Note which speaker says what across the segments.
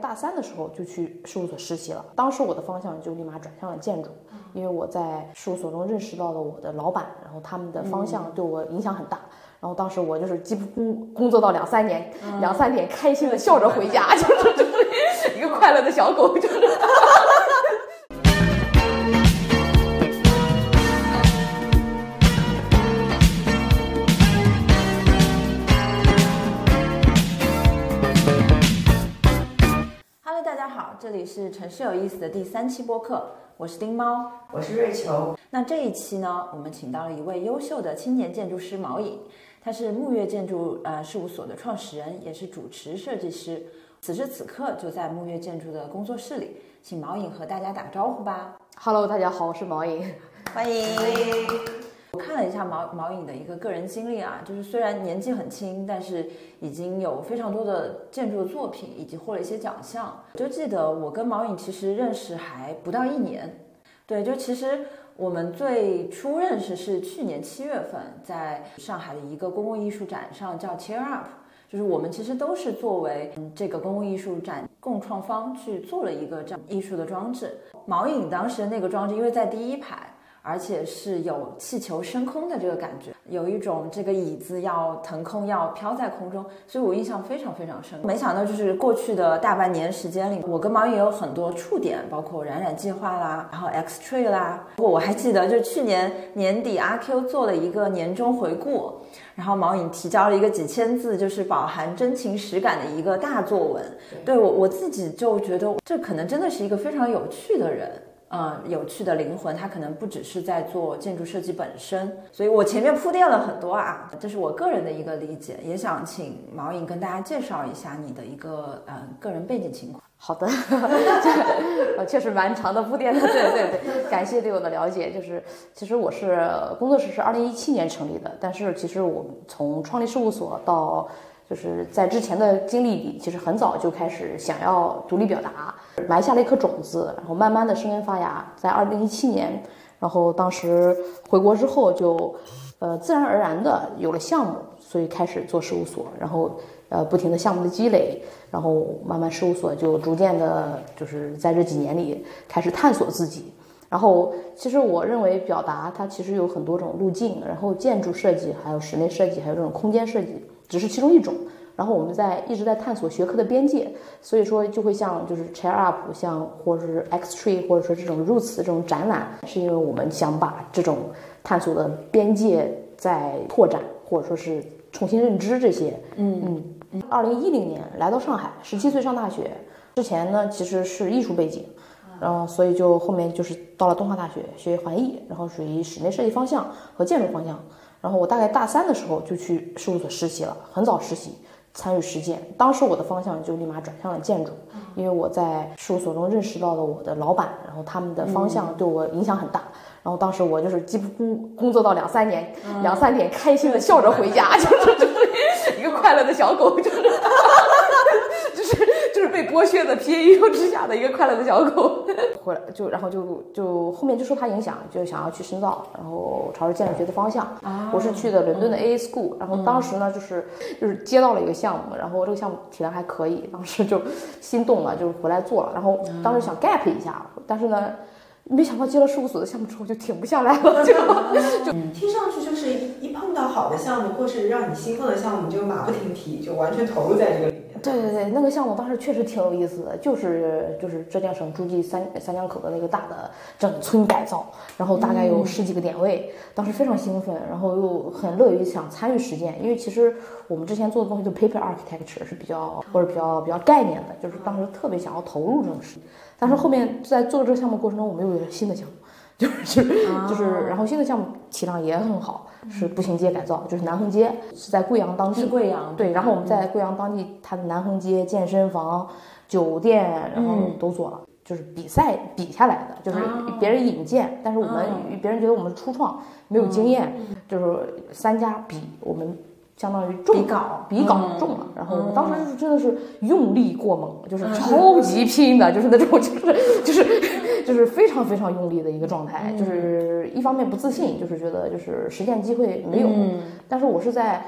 Speaker 1: 大三的时候就去事务所实习了，当时我的方向就立马转向了建筑，因为我在事务所中认识到了我的老板，然后他们的方向对我影响很大。然后当时我就是几乎工作到两三年，开心的笑着回家，就是一个快乐的小狗，就是。
Speaker 2: Hello， 大家好，这里是城市有意思的第3期播客，我是丁猫，
Speaker 3: 我是瑞秋。
Speaker 2: 那这一期呢，我们请到了一位优秀的青年建筑师毛颖，他是沐月建筑事务所的创始人，也是主持设计师。此时此刻就在沐月建筑的工作室里，请毛颖和大家打个招呼吧。
Speaker 1: Hello， 大家好，我是毛颖，
Speaker 2: 欢迎。我看了一下毛颖的一个个人经历啊，就是虽然年纪很轻，但是已经有非常多的建筑作品，以及获了一些奖项。就记得我跟毛颖其实认识还不到1年，对，就其实我们最初认识是去年7月份，在上海的一个公共艺术展上，叫 Cheer Up， 就是我们其实都是作为这个公共艺术展共创方去做了一个这样艺术的装置。毛颖当时那个装置，因为在第一排。而且是有气球升空的这个感觉，有一种这个椅子要腾空，要飘在空中，所以我印象非常非常深。没想到就是过去的大半年时间里，我跟毛颖也有很多触点，包括冉冉计划啦，然后 X Tree 啦。我还记得就去年年底阿 Q 做了一个年终回顾，然后毛颖提交了一个几千字，就是饱含真情实感的一个大作文。对我自己就觉得这可能真的是一个非常有趣的人。有趣的灵魂，他可能不只是在做建筑设计本身，所以我前面铺垫了很多啊，这是我个人的一个理解，也想请毛颖跟大家介绍一下你的一个个人背景情况。
Speaker 1: 好的，确实蛮长的铺垫的，对，感谢对我的了解。就是其实我是工作室是2017年成立的，但是其实我从创立事务所到就是在之前的经历里，其实很早就开始想要独立表达，埋下了一颗种子，然后慢慢的生根发芽。在2017年，然后当时回国之后就自然而然的有了项目，所以开始做事务所，然后不停的项目的积累，然后慢慢事务所就逐渐的就是在这几年里开始探索自己。然后其实我认为表达它其实有很多种路径，然后建筑设计还有室内设计还有这种空间设计只是其中一种，然后我们一直在探索学科的边界，所以说就会像就是 Cheer Up， 像或者是 X Tree， 或者说这种 Roots 这种展览，是因为我们想把这种探索的边界在拓展，或者说是重新认知这些。2010年来到上海，17岁上大学，之前呢其实是艺术背景，然后所以就后面就是到了东华大学学环艺，然后属于室内设计方向和建筑方向。然后我大概大3的时候就去事务所实习了，很早实习，参与实践。当时我的方向就立马转向了建筑，因为我在事务所中认识到了我的老板，然后他们的方向对我影响很大。然后当时我就是几乎工作到两三年，开心的笑着回家，就是一个快乐的小狗，就是被剥削的 PAU 之下的一个快乐的小狗。回来然后就后面就受他影响，就想要去深造，然后朝着建筑学的方向。我是去的伦敦的 AA School， 然后当时呢就是接到了一个项目，然后这个项目体量还可以，当时就心动了，就回来做了。然后当时想 gap 一下，但是呢没想到接了事务所的项目之后就停不下来了，就
Speaker 3: 听上去就是一碰到好的项目或是让你兴奋的项目，你就马不停蹄，就完全投入在这个里面。
Speaker 1: 对，那个项目当时确实挺有意思的，就是浙江省诸暨三江口的那个大的整村改造，然后大概有10几个点位，当时非常兴奋，然后又很乐于想参与实践，因为其实我们之前做的东西就 paper architecture 是比较概念的，就是当时特别想要投入这种事。但是后面在做这个项目过程中，我们又有了新的项目，然后新的项目体量也很好，是步行街改造，就是南横街，是在贵阳当地。
Speaker 2: 是贵阳，
Speaker 1: 对，然后我们在贵阳当地，它的南横街、健身房、酒店，然后都做了，就是比赛比下来的，就是别人引荐，但是我们别人觉得我们初创没有经验，就是3家比我们。相当于比稿中了，然后我们当时就是真的是用力过猛，就是超级拼的，就是那种就是非常非常用力的一个状态，就是一方面不自信，就是觉得就是实践机会没有，但是我是在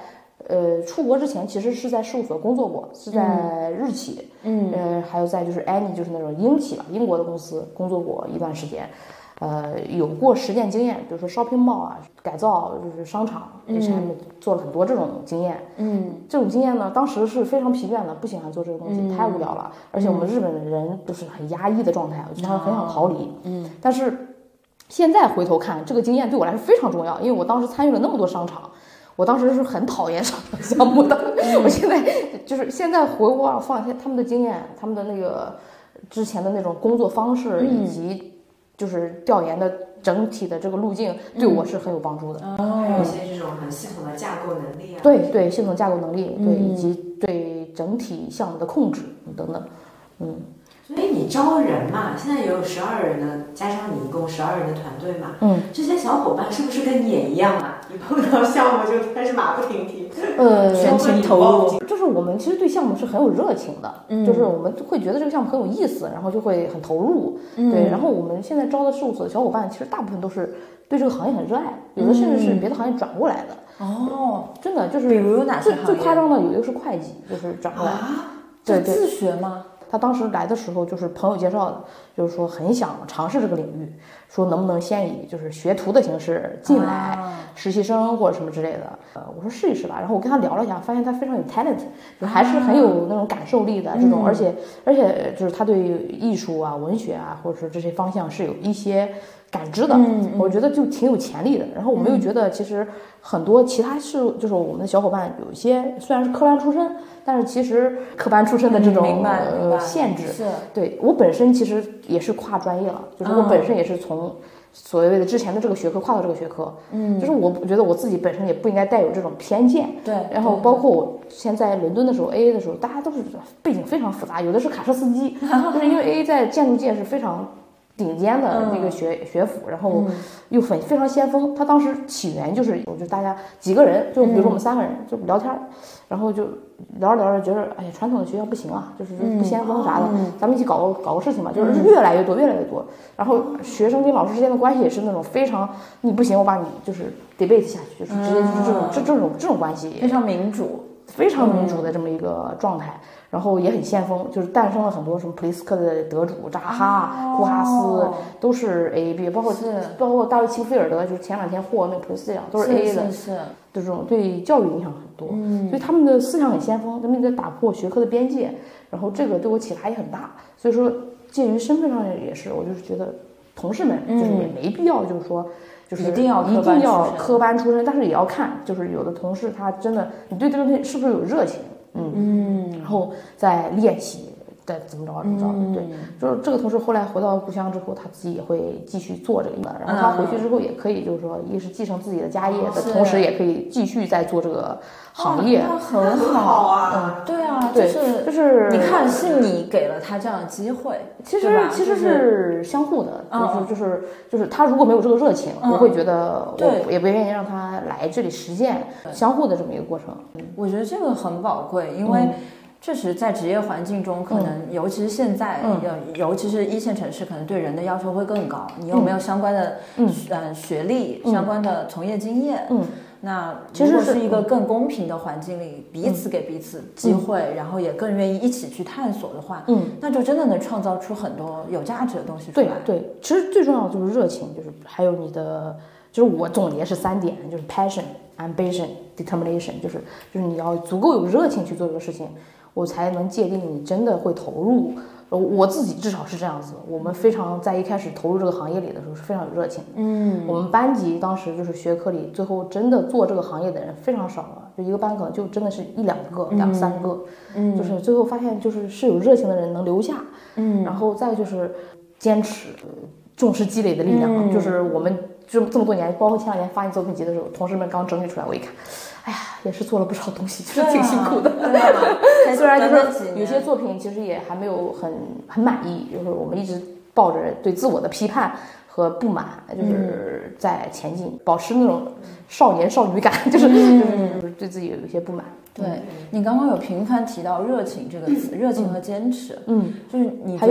Speaker 1: 出国之前其实是在事务所工作过，是在日企，还有在就是 Annie 就是那种英企吧，英国的公司工作过一段时间。有过实践经验，比如说 shopping mall 啊，改造就是商场，H&M 做了很多这种经验。这种经验呢，当时是非常疲倦的，不喜欢做这个东西，太无聊了。而且我们日本人就是很压抑的状态，我经常很想逃离。但是现在回头看，这个经验对我来说非常重要，因为我当时参与了那么多商场。我当时是很讨厌商场项目的，我现在回过放下他们的经验，他们的那个之前的那种工作方式以及。就是调研的整体的这个路径对我是很有帮助的。
Speaker 3: 还有一些这种很系统的架构能力啊。
Speaker 1: 对，系统架构能力，对，以及对整体项目的控制等等。
Speaker 3: 所以你招人嘛，现在也有12人呢，加上你一共12人的团队嘛。这些小伙伴是不是跟你也一样啊？一碰到项目就开始马不停蹄，
Speaker 2: 全情投入。
Speaker 1: 就是我们其实对项目是很有热情的，就是我们会觉得这个项目很有意思，然后就会很投入。对，然后我们现在招的事务所的小伙伴，其实大部分都是对这个行业很热爱，有的甚至是别的行业转过来的。真的就是，
Speaker 2: 比如哪些行业？
Speaker 1: 最夸张的有一个是会计，就是转过来。
Speaker 2: 对，自学吗？
Speaker 1: 他当时来的时候就是朋友介绍的，就是说很想尝试这个领域，说能不能先以就是学徒的形式进来，实习生或者什么之类的。我说试一试吧。然后我跟他聊了一下，发现他非常有 talent， 就还是很有那种感受力的这种，而且就是他对艺术啊、文学啊，或者说这些方向是有一些感知的。我觉得就挺有潜力的。然后我们又觉得其实很多其他就是我们的小伙伴有一些虽然是科班出身，但是其实科班出身的这种限制，对我本身其实也是跨专业了，就是我本身也是从所谓的之前的这个学科跨到这个学科，就是我觉得我自己本身也不应该带有这种偏见，
Speaker 2: 对。
Speaker 1: 然后包括我现在伦敦的时候 ，AA 的时候，大家都是背景非常复杂，有的是卡车司机，就是因为 AA 在建筑界是非常顶尖的那个学府，然后又非常先锋。他当时起源就是大家几个人，就比如说我们3个人就聊天，然后就聊着聊着觉得，哎呀，传统的学校不行啊，就是不先锋啥的，咱们一起搞个事情嘛，就是越来越多。然后学生跟老师之间的关系也是那种非常，你不行，我把你就是 debate 下去，就是直接就是这种关系，
Speaker 2: 非常民主
Speaker 1: 的这么一个状态。然后也很先锋，就是诞生了很多什么普利斯克的得主扎哈、库哈斯，都是 AA 毕业，包括大卫齐菲尔德，就是前2天获那个普利斯奖，都是 AA 的，这种对教育影响很多。所以他们的思想很先锋，他们在打破学科的边界，然后这个对我启发也很大。所以说，介于身份上也是，我就是觉得同事们就是也没必要，就是说。就是一定要科班出身，但是也要看，就是有的同事他真的，你对这个东西是不是有热情，然后再练习，再怎么着，对，就是这个同事后来回到故乡之后，他自己也会继续做这个，然后他回去之后也可以，就是说，一是继承自己的家业的同时，也可以继续在做这个行业，
Speaker 2: 很好啊，对啊，就是你看，是你给了他这样的机会，
Speaker 1: 其实是相互的，就是他如果没有这个热情，我会觉得我也不愿意让他来这里实践，相互的这么一个过程。
Speaker 2: 我觉得这个很宝贵，因为确实在职业环境中，可能尤其是现在，尤其是1线城市，可能对人的要求会更高。你有没有相关的学历、相关的从业经验？那其实是一个更公平的环境里，彼此给彼此机会，然后也更愿意一起去探索的话，那就真的能创造出很多有价值的东西出来。
Speaker 1: 对，其实最重要的就是热情，就是还有你的，就是我总结是3点，就是 passion、ambition、determination，就是你要足够有热情去做这个事情，我才能界定你真的会投入。我自己至少是这样子，我们非常在一开始投入这个行业里的时候是非常有热情。我们班级当时就是学科里最后真的做这个行业的人非常少了，就一个班可能就真的是1-2个、2-3个，就是最后发现是有热情的人能留下，然后再就是坚持，重视积累的力量，就是我们这么多年，包括前2年发现作品集的时候，同事们刚整理出来，我一看。哎呀，也是做了不少东西，就是挺辛苦的。虽然就是有些作品其实也还没有很满意，就是我们一直抱着对自我的批判和不满，就是在前进，保持那种少年少女感，就是对自己有一些不满。
Speaker 2: 对，你刚刚有频繁提到热情这个词，热情和坚持，
Speaker 1: 就是你还有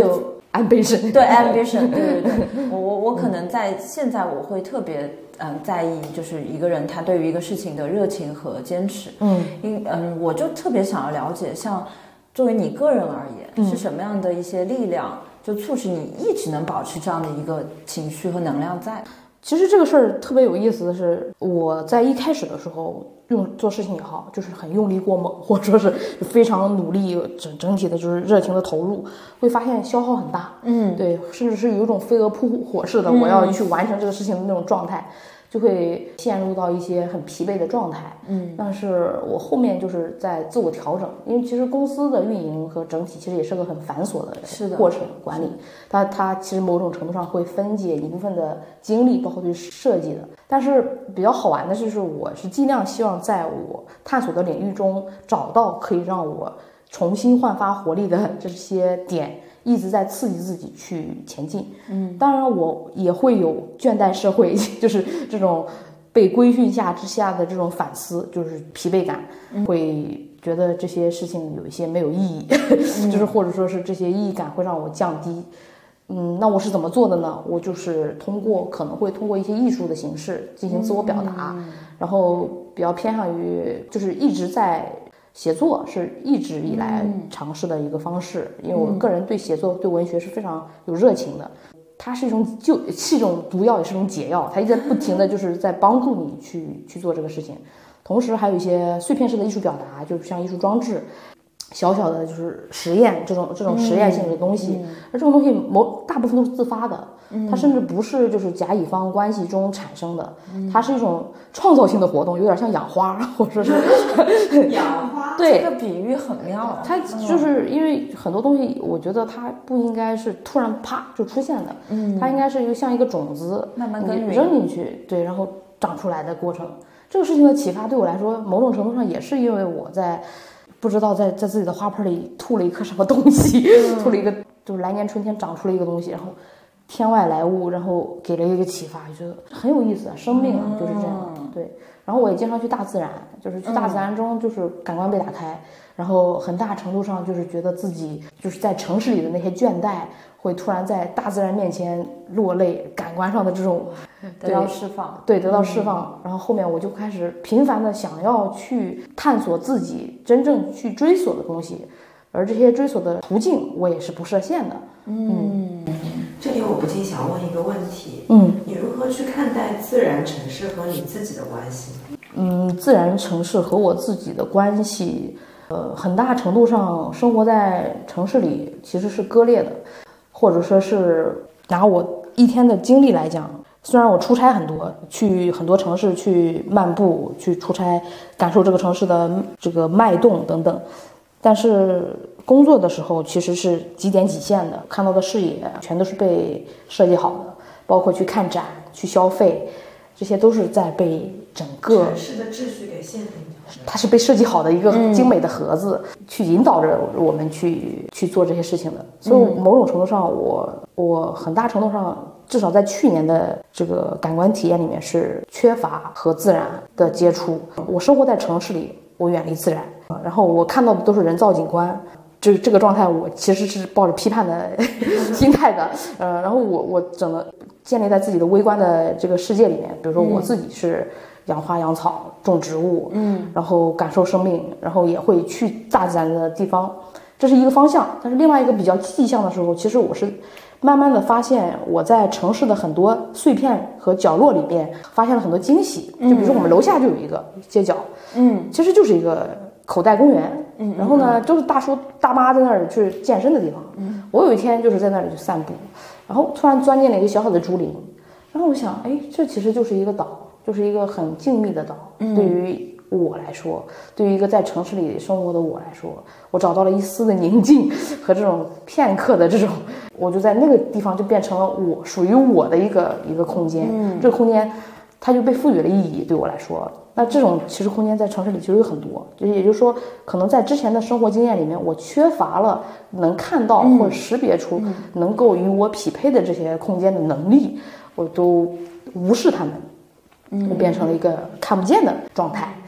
Speaker 1: ambition，
Speaker 2: 对 ambition， 对，我可能现在我会特别在意，就是一个人他对于一个事情的热情和坚持。我就特别想要了解，像作为你个人而言，是什么样的一些力量，就促使你一直能保持这样的一个情绪和能量在？
Speaker 1: 其实这个事儿特别有意思的是，我在一开始的时候做事情也好，就是很用力过猛，或者说是非常努力，整体的就是热情的投入，会发现消耗很大。对，甚至是有一种飞蛾扑火似的，我要去完成这个事情的那种状态，就会陷入到一些很疲惫的状态。但是我后面就是在自我调整，因为其实公司的运营和整体其实也是个很繁琐的过程管理，它其实某种程度上会分解一部分的精力，包括对设计的。但是比较好玩的就是我是尽量希望在我探索的领域中找到可以让我重新焕发活力的这些点，一直在刺激自己去前进。当然我也会有倦怠社会，就是这种被规训之下的这种反思，就是疲惫感，会觉得这些事情有一些没有意义，就是或者说是这些意义感会让我降低。那我是怎么做的呢？我就是可能会通过一些艺术的形式进行自我表达，然后比较偏向于就是一直在写作，是一直以来尝试的一个方式。因为我个人对写作对文学是非常有热情的，它是一种毒药，也是一种解药，它一直不停的就是在帮助你去做这个事情。同时还有一些碎片式的艺术表达，就是像艺术装置，小小的就是实验这种实验性的东西，而这种东西大部分都是自发的，它甚至不是就是甲乙方关系中产生的，它是一种创造性的活动，有点像养花，或者是
Speaker 3: 养花。
Speaker 1: 对，
Speaker 2: 这个比喻很妙。
Speaker 1: 它就是因为很多东西，我觉得它不应该是突然啪就出现的，它应该是像一个种子，
Speaker 2: 慢慢耕耘
Speaker 1: 扔进去，对，然后长出来的过程。这个事情的启发对我来说，某种程度上也是因为我不知道在自己的花盆里吐了一颗什么东西，吐了一个就是来年春天长出了一个东西，然后天外来物，然后给了一个启发，觉得很有意思啊，生命啊就是这样。对，然后我也经常去大自然，就是去大自然中就是感官被打开，然后很大程度上就是觉得自己就是在城市里的那些倦怠会突然在大自然面前落泪，感官上的这种
Speaker 2: 得到释放，
Speaker 1: 对，得到释放。然后后面我就开始频繁的想要去探索自己真正去追索的东西，而这些追索的途径我也是不设限的。
Speaker 3: 这里我不禁想问一个问题，你如何去看待自然城市和你自己的关系？
Speaker 1: 自然城市和我自己的关系，很大程度上生活在城市里其实是割裂的，或者说是拿我一天的经历来讲，虽然我出差很多，去很多城市去漫步，去出差，感受这个城市的这个脉动等等，但是工作的时候其实是几点几线的，看到的视野全都是被设计好的，包括去看展、去消费，这些都是在被整个
Speaker 3: 城市的秩序给限定着，
Speaker 1: 它是被设计好的一个精美的盒子，去引导着我们去做这些事情的。所以某种程度上，我很大程度上，至少在去年的这个感官体验里面是缺乏和自然的接触。我生活在城市里，我远离自然，然后我看到的都是人造景观。这个状态，我其实是抱着批判的心态的，然后我整个建立在自己的微观的这个世界里面，比如说我自己是养花养草、种植物，然后感受生命，然后也会去大自然的地方，这是一个方向。但是另外一个比较积极向的时候，其实我是慢慢的发现我在城市的很多碎片和角落里面发现了很多惊喜，就比如说我们楼下就有一个街角，其实就是一个口袋公园，然后呢就是大叔大妈在那儿去健身的地方，我有一天就是在那里去散步，然后突然钻进了一个小小的竹林，然后我想，哎，这其实就是一个岛，就是一个很静谧的岛，对于我来说，对于一个在城市里生活的我来说，我找到了一丝的宁静和这种片刻的这种，我就在那个地方就变成了我属于我的一个空间，这个空间它就被赋予了意义，对我来说。那这种其实空间在城市里其实有很多，也就是说，可能在之前的生活经验里面，我缺乏了能看到或者识别出能够与我匹配的这些空间的能力，我都无视它们，我变成了一个看不见的状态。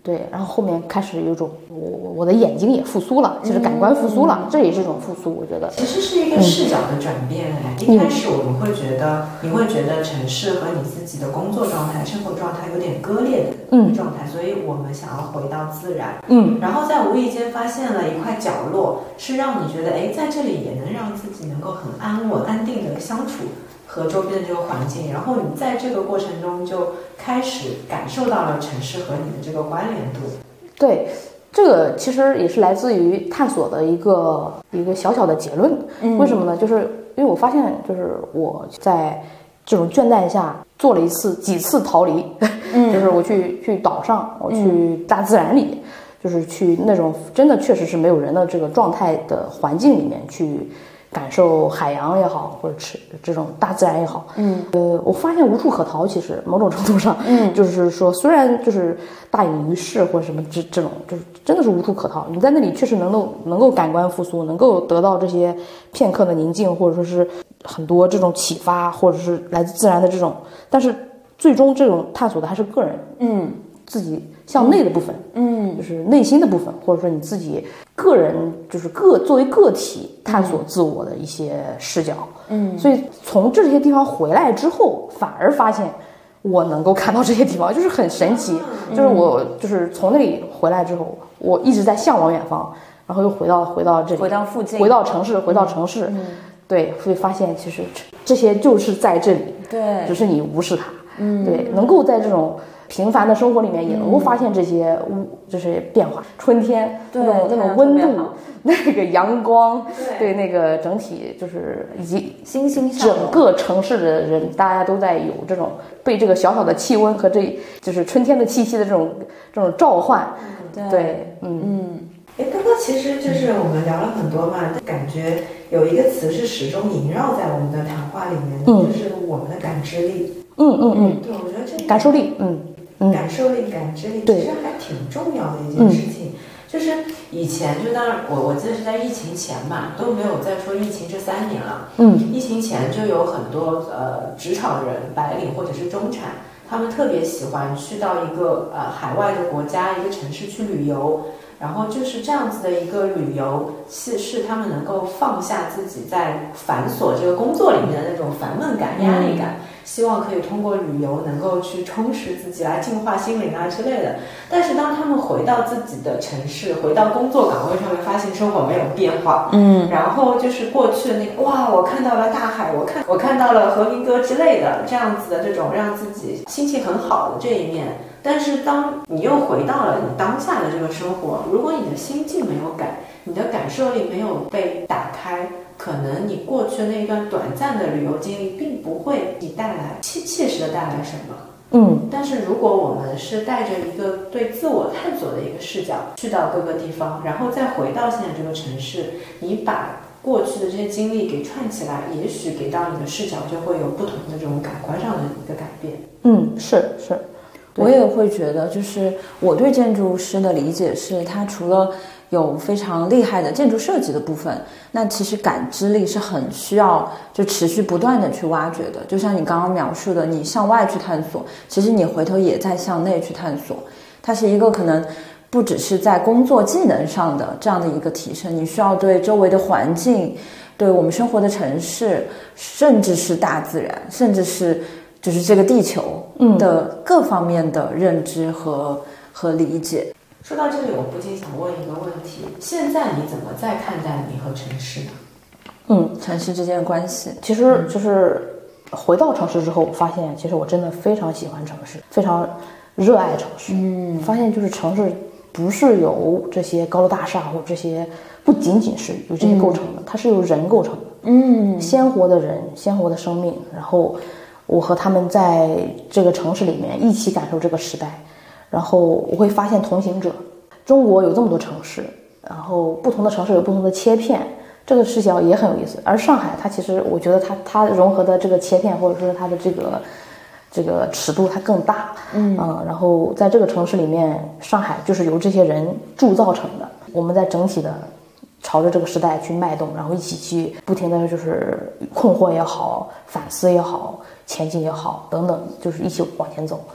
Speaker 1: 对，然后后面开始有种我的眼睛也复苏了，就是感官复苏了，这也是一种复苏，我觉得。
Speaker 3: 其实是一个视角的转变。一开始我们会觉得，你会觉得城市和你自己的工作状态、生活状态有点割裂的状态，所以我们想要回到自然。然后在无意间发现了一块角落，是让你觉得，哎，在这里也能让自己能够很安稳、安定的相处。和周边的这个环境，然后你在这个过程中就开始感受到了城市和你的这个关联度。
Speaker 1: 对，这个其实也是来自于探索的一个小小的结论。为什么呢？就是因为我发现，就是我在这种倦怠下做了几次逃离，就是我去岛上，我去大自然里，就是去那种真的确实是没有人的这个状态的环境里面去。感受海洋也好，或者这种大自然也好，我发现无处可逃。其实某种程度上，就是说，虽然就是大隐于世或者什么这种，就是真的是无处可逃。你在那里确实能够感官复苏，能够得到这些片刻的宁静，或者说是很多这种启发，或者是来自自然的这种。但是最终这种探索的还是个人，自己向内的部分，就是内心的部分，或者说你自己个人就是作为个体探索自我的一些视角，所以从这些地方回来之后，反而发现我能够看到这些地方，就是很神奇。就是我就是从那里回来之后，我一直在向往远方，然后又回到这里，
Speaker 2: 回到附近，
Speaker 1: 回到城市，对，会发现其实这些就是在这里，
Speaker 2: 对，
Speaker 1: 只是你无视它，对，能够在这种。平凡的生活里面也能够发现这些就是变化，春天那种温度，那个阳光，对那个整体就是以及
Speaker 2: 欣欣向荣，
Speaker 1: 整个城市的人，大家都在有这种被这个小小的气温和这就是春天的气息的这种召唤，对，
Speaker 3: 刚刚其实就是我们聊了很多嘛，感觉有一个词是始终萦绕在我们的谈话里面的，就是我们的感知力。对，我觉得这
Speaker 1: 感受力，
Speaker 3: 感受力、感知力其实还挺重要的一件事情。就是以前就当然我记得是在疫情前嘛，都没有再说疫情这3年了。疫情前就有很多职场人、白领或者是中产，他们特别喜欢去到一个海外的国家、一个城市去旅游。然后就是这样子的一个旅游，是他们能够放下自己在繁琐这个工作里面的那种烦闷感、压力感，希望可以通过旅游能够去充实自己啊、净化心灵啊之类的。但是当他们回到自己的城市，回到工作岗位上面，发现生活没有变化，然后就是过去的那个哇，我看到了大海，我看到了和平鸽之类的这样子的这种让自己心情很好的这一面。但是当你又回到了你当下的这个生活，如果你的心境没有改，你的感受力没有被打开，可能你过去的那一段短暂的旅游经历并不会给你带来切实的带来什么。但是如果我们是带着一个对自我探索的一个视角去到各个地方，然后再回到现在这个城市，你把过去的这些经历给串起来，也许给到你的视角就会有不同的这种感官上的一个改变。
Speaker 1: 是。
Speaker 2: 我也会觉得，就是我对建筑师的理解是，他除了有非常厉害的建筑设计的部分，那其实感知力是很需要就持续不断的去挖掘的。就像你刚刚描述的，你向外去探索，其实你回头也在向内去探索。它是一个可能不只是在工作技能上的这样的一个提升，你需要对周围的环境，对我们生活的城市，甚至是大自然，甚至是就是这个地球的各方面的认知和理解。
Speaker 3: 说到这里，我不禁想问一个问题：现在你怎么在看待你和城市呢？
Speaker 2: 城市之间的关系，
Speaker 1: 其实就是回到城市之后，我发现其实我真的非常喜欢城市，非常热爱城市。发现就是城市不是由这些高楼大厦或这些，不仅仅是由这些构成的，它是由人构成的。鲜活的人，鲜活的生命，然后我和他们在这个城市里面一起感受这个时代，然后我会发现同行者。中国有这么多城市，然后不同的城市有不同的切片，这个视角也很有意思。而上海，它其实我觉得它融合的这个切片，或者说它的这个尺度它更大。然后在这个城市里面，上海就是由这些人铸造成的。我们在整体的朝着这个时代去脉动，然后一起去不停的就是困惑也好，反思也好，前进也好等等，就是一起往前走。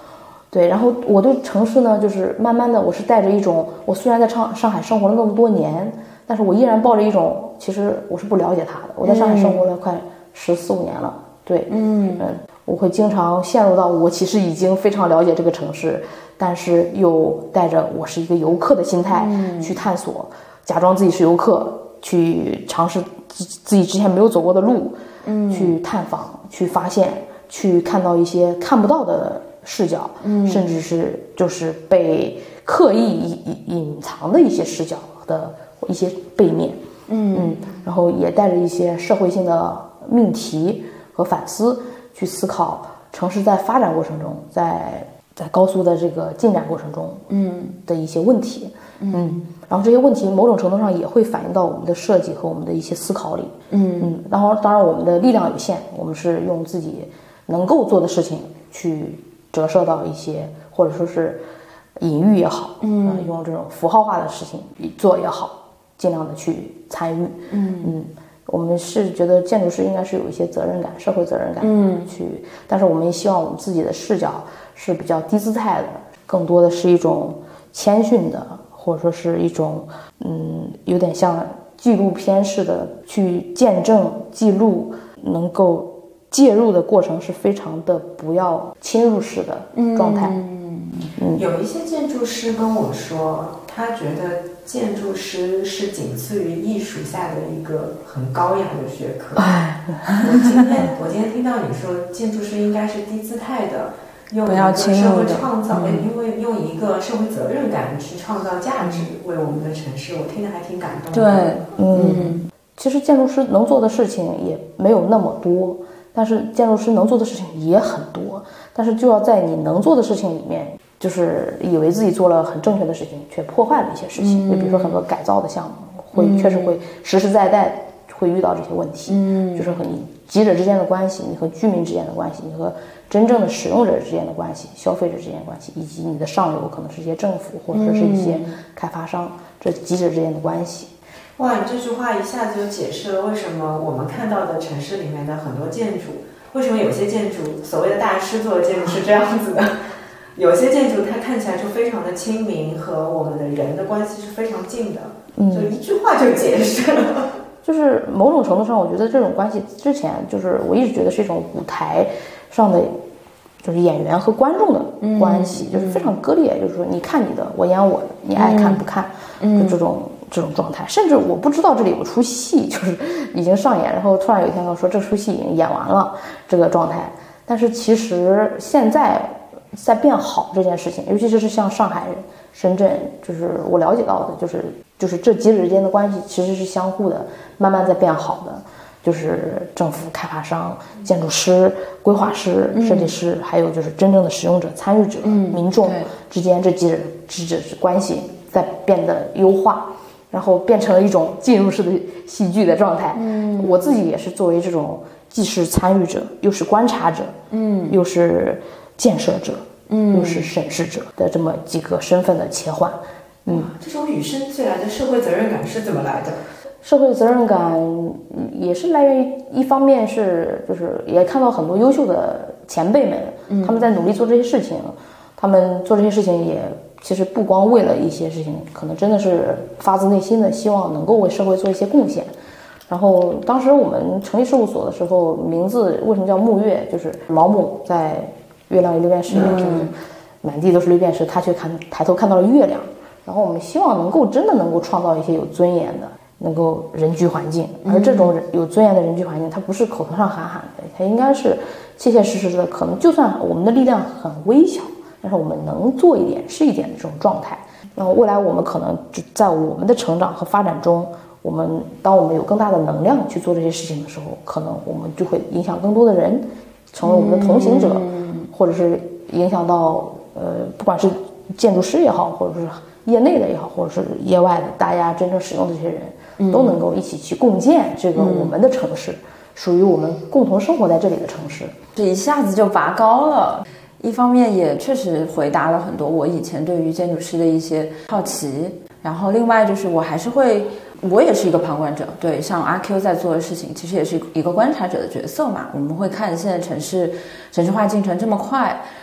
Speaker 1: 对，然后我对城市呢，就是慢慢的，我是带着一种，我虽然在上海生活了那么多年，但是我依然抱着一种，其实我是不了解它的。我在上海生活了快14、15年了，对，我会经常陷入到我其实已经非常了解这个城市，但是又带着我是一个游客的心态去探索，假装自己是游客，去尝试自己之前没有走过的路，去探访，去发现，去看到一些看不到的视角，甚至是就是被刻意隐藏的一些视角的一些背面，然后也带着一些社会性的命题和反思去思考城市在发展过程中，在高速的这个进展过程中，的一些问题，然后这些问题某种程度上也会反映到我们的设计和我们的一些思考里，然后当然我们的力量有限，我们是用自己能够做的事情去折射到一些，或者说是隐喻也好，用这种符号化的事情做也好，尽量的去参与，我们是觉得建筑师应该是有一些责任感，社会责任感，但是我们也希望我们自己的视角是比较低姿态的，更多的是一种谦逊的，或者说是一种有点像纪录片式的去见证记录，能够介入的过程是非常的不要侵入式的状态。
Speaker 3: 有一些建筑师跟我说，他觉得建筑师是仅次于艺术下的一个很高雅的学科。我今天听到你说建筑师应该是低姿态的，用一个社会创造，因为用一个社会责任感去创造价值，为我们的城市，我听得还挺感动的。
Speaker 2: 对，
Speaker 1: 其实建筑师能做的事情也没有那么多，但是建筑师能做的事情也很多，但是就要在你能做的事情里面，就是以为自己做了很正确的事情，却破坏了一些事情。就比如说很多改造的项目，确实会实实在在会遇到这些问题。就是和你几者之间的关系，你和居民之间的关系，你和真正的使用者之间的关系，消费者之间的关系，以及你的上游可能是一些政府或者是一些开发商，这几者之间的关系。
Speaker 3: 哇，你这句话一下子就解释了为什么我们看到的城市里面的很多建筑，为什么有些建筑所谓的大师做的建筑是这样子的，有些建筑它看起来就非常的亲民，和我们的人的关系是非常近的，就一句话就解释了。
Speaker 1: 就是某种程度上，我觉得这种关系之前就是我一直觉得是一种舞台上的，就是演员和观众的关系，就是非常割裂，就是说你看你的，我演我的，你爱看不看，就这种状态。甚至我不知道这里有出戏，就是已经上演，然后突然有一天跟我说这出戏已经演完了，这个状态。但是其实现在在变好这件事情，尤其是像上海、深圳，就是我了解到的，就是这几者之间的关系其实是相互的，慢慢在变好的。就是政府、开发商、建筑师、规划师、设计师，还有就是真正的使用者、参与者、民众之间这几者关系在变得优化，然后变成了一种进入式的戏剧的状态。我自己也是作为这种既是参与者，又是观察者，又是建设者，又是审视者的这么几个身份的切换。
Speaker 3: 这种与生俱来的社会责任感是怎么来的？
Speaker 1: 社会责任感也是来源于一方面是就是也看到很多优秀的前辈们，他们在努力做这些事情，他们做这些事情也其实不光为了一些事情，可能真的是发自内心的希望能够为社会做一些贡献。然后当时我们成立事务所的时候，名字为什么叫沐月，就是毛姆在月亮与六便士，就是满地都是六便士，他却抬头看到了月亮。然后我们希望真的能够创造一些有尊严的能够人居环境，而这种有尊严的人居环境，它不是口头上喊喊的，它应该是切切实实的，可能就算我们的力量很微小，但是我们能做一点是一点的这种状态。然后未来我们可能在我们的成长和发展中，当我们有更大的能量去做这些事情的时候，可能我们就会影响更多的人，成为我们的同行者，或者是影响到不管是建筑师也好，或者是业内的也好，或者是业外的大家真正使用的这些人，都能够一起去共建这个我们的城市，属于我们共同生活在这里的城市。
Speaker 2: 这一下子就拔高了，一方面也确实回答了很多我以前对于建筑师的一些好奇，然后另外就是我也是一个旁观者，对，像阿 Q 在做的事情其实也是一个观察者的角色嘛。我们会看现在城市化进程这么快，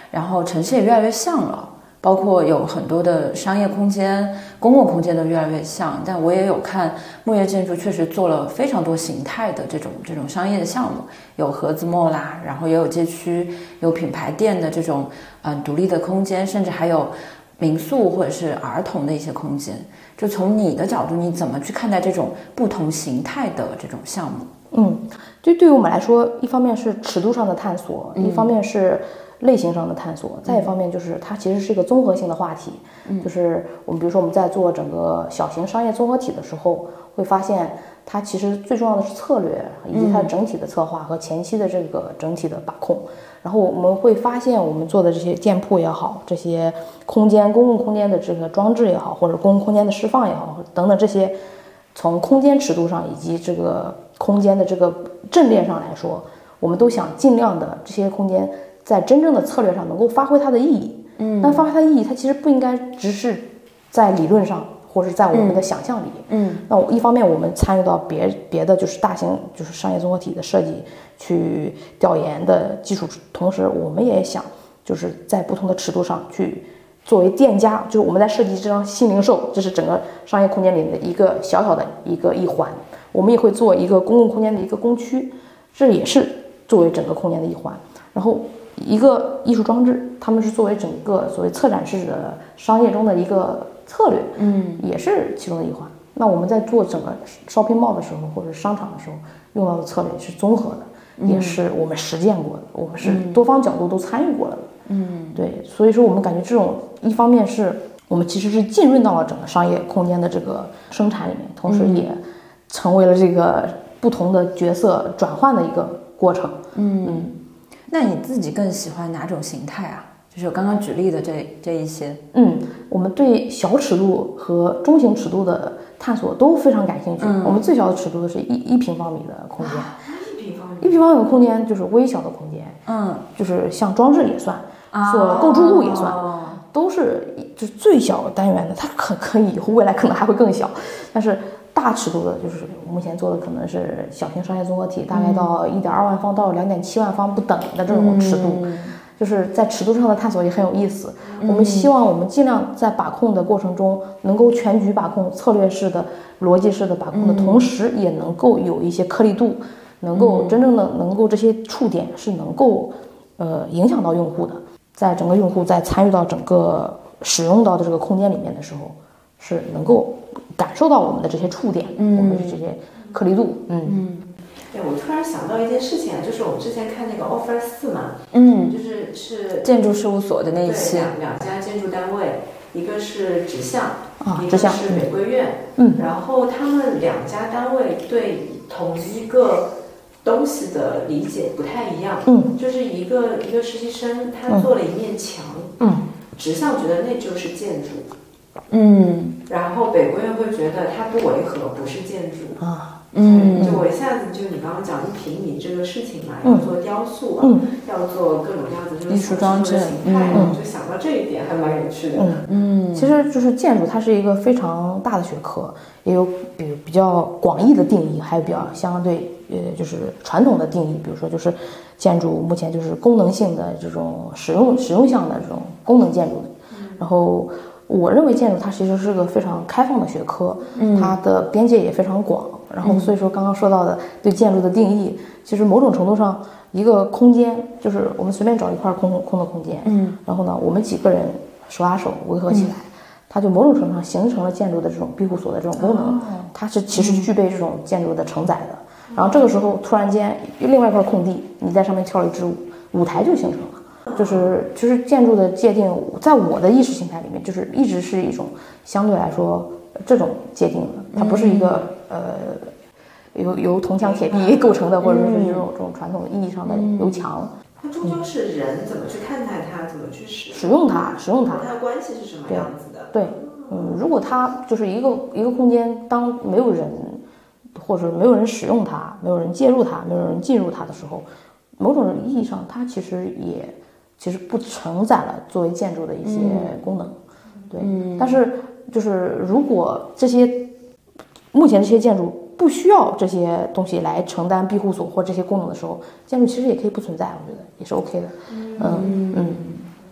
Speaker 2: 然后城市也越来越像了。包括有很多的商业空间、公共空间都越来越像，但我也有看木业建筑确实做了非常多形态的这种商业的项目，有盒子 mall 啦，然后也有街区、有品牌店的这种独立的空间，甚至还有民宿或者是儿童的一些空间。就从你的角度，你怎么去看待这种不同形态的这种项目？
Speaker 1: 就对于我们来说，一方面是尺度上的探索，一方面是类型上的探索，再一方面就是它其实是一个综合性的话题。就是我们比如说我们在做整个小型商业综合体的时候，会发现它其实最重要的是策略，以及它整体的策划和前期的这个整体的把控。然后我们会发现我们做的这些店铺也好，这些空间公共空间的这个装置也好，或者公共空间的释放也好等等，这些从空间尺度上以及这个空间的这个阵列上来说，我们都想尽量的这些空间在真正的策略上能够发挥它的意义。但发挥它的意义，它其实不应该只是在理论上，或是在我们的想象里。那一方面我们参与到别的就是大型就是商业综合体的设计去调研的基础，同时我们也想就是在不同的尺度上去作为店家，就是我们在设计这张新零售，这是整个商业空间里的一个小小的一环，我们也会做一个公共空间的一个工区，这也是作为整个空间的一环。然后一个艺术装置，他们是作为整个所谓策展式的商业中的一个策略，也是其中的一环。那我们在做整个 shopping mall 的时候，或者商场的时候，用到的策略是综合的，也是我们实践过的，我们是多方角度都参与过了的。对，所以说我们感觉这种一方面是我们其实是浸润到了整个商业空间的这个生产里面，同时也成为了这个不同的角色转换的一个过程。
Speaker 2: 那你自己更喜欢哪种形态啊？就是我刚刚举例的这一些。
Speaker 1: 我们对小尺度和中型尺度的探索都非常感兴趣。我们最小的尺度的是一平方米的空间。1平方米的空间就是微小的空间。就是像装置也算，做构筑物也算，都是就是最小单元的，它可以以后未来可能还会更小，但是大尺度的，就是目前做的可能是小型商业综合体，大概到1.2万方到2.7万方不等的这种尺度。就是在尺度上的探索也很有意思。我们希望我们尽量在把控的过程中能够全局把控，策略式的逻辑式的把控的同时，也能够有一些颗粒度，能够真正的能够这些触点是能够影响到用户的，在整个用户在参与到整个使用到的这个空间里面的时候，是能够感受到我们的这些触点，我们的这些颗粒度。
Speaker 3: 对，我突然想到一件事情啊，就是我们之前看那个 Offer 4嘛，是
Speaker 2: 建筑事务所的那一期，
Speaker 3: 两家建筑单位，一个是指向，一
Speaker 1: 指向
Speaker 3: 个是北归院，然后他们两家单位对同一个东西的理解不太一样，就是一个实习生他做了一面墙，指向觉得那就是建筑，然后北归院会觉得它不违和，不是建筑就我一下子就你刚刚讲1平米这个事情嘛，要做雕塑啊，要做各种各样的这个
Speaker 2: 艺术装置
Speaker 3: 形态，我就想到这一点还蛮有趣的。
Speaker 1: 其实就是建筑它是一个非常大的学科，也有比较广义的定义，还有比较相对就是传统的定义，比如说就是建筑目前就是功能性的这种使用项的这种功能建筑。然后我认为建筑它其实是个非常开放的学科，它的边界也非常广。然后所以说刚刚说到的对建筑的定义，其实某种程度上一个空间就是我们随便找一块空的空间，然后呢我们几个人手拉手围合起来，它就某种程度上形成了建筑的这种庇护所的这种功能，它是其实具备这种建筑的承载的。然后这个时候突然间另外一块空地，你在上面跳了一支舞，舞台就形成了。就是建筑的界定，在我的意识形态里面，就是一直是一种相对来说这种界定的，它不是一个由铜墙铁壁构成的，或者说是这种传统意义上的由墙。
Speaker 3: 它终究是人怎么去看待它，怎么去
Speaker 1: 使用它，
Speaker 3: 它的关系是什么样子的？
Speaker 1: 对，如果它就是一个空间，当没有人或者没有人使用它，没有人介入它，没有人进入它的时候，某种意义上它其实不承载了作为建筑的一些功能。对，但是就是如果目前这些建筑不需要这些东西来承担庇护所或这些功能的时候，建筑其实也可以不存在，我觉得也是 OK 的。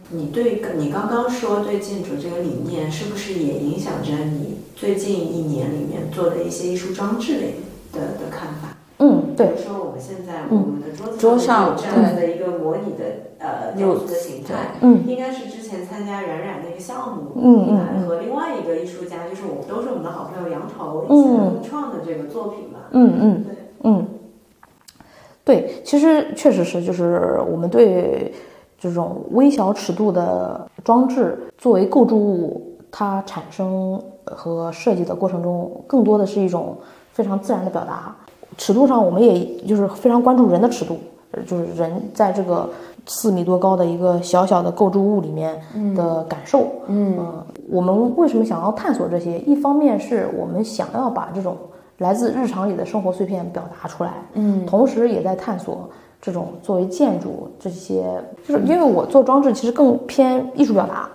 Speaker 3: 你刚刚说对建筑这个理念，是不是也影响着你最近1年里面做的一些艺术装置的看法？
Speaker 1: 对。
Speaker 3: 比如说我们现在我们的桌上有这样的一个模拟的雕塑的形态，应该是之前参加冉冉那个项目，和另外一个艺术家，就是都是我们的好朋友杨潮一起共创的这个作品嘛。
Speaker 1: 对，其实确实是，就是我们对这种微小尺度的装置作为构筑物，它产生和设计的过程中，更多的是一种非常自然的表达。尺度上，我们也就是非常关注人的尺度，就是人在这个4米多高的一个小小的构筑物里面的感受。我们为什么想要探索这些？一方面是我们想要把这种来自日常里的生活碎片表达出来，同时也在探索这种作为建筑这些，就是因为我做装置其实更偏艺术表达，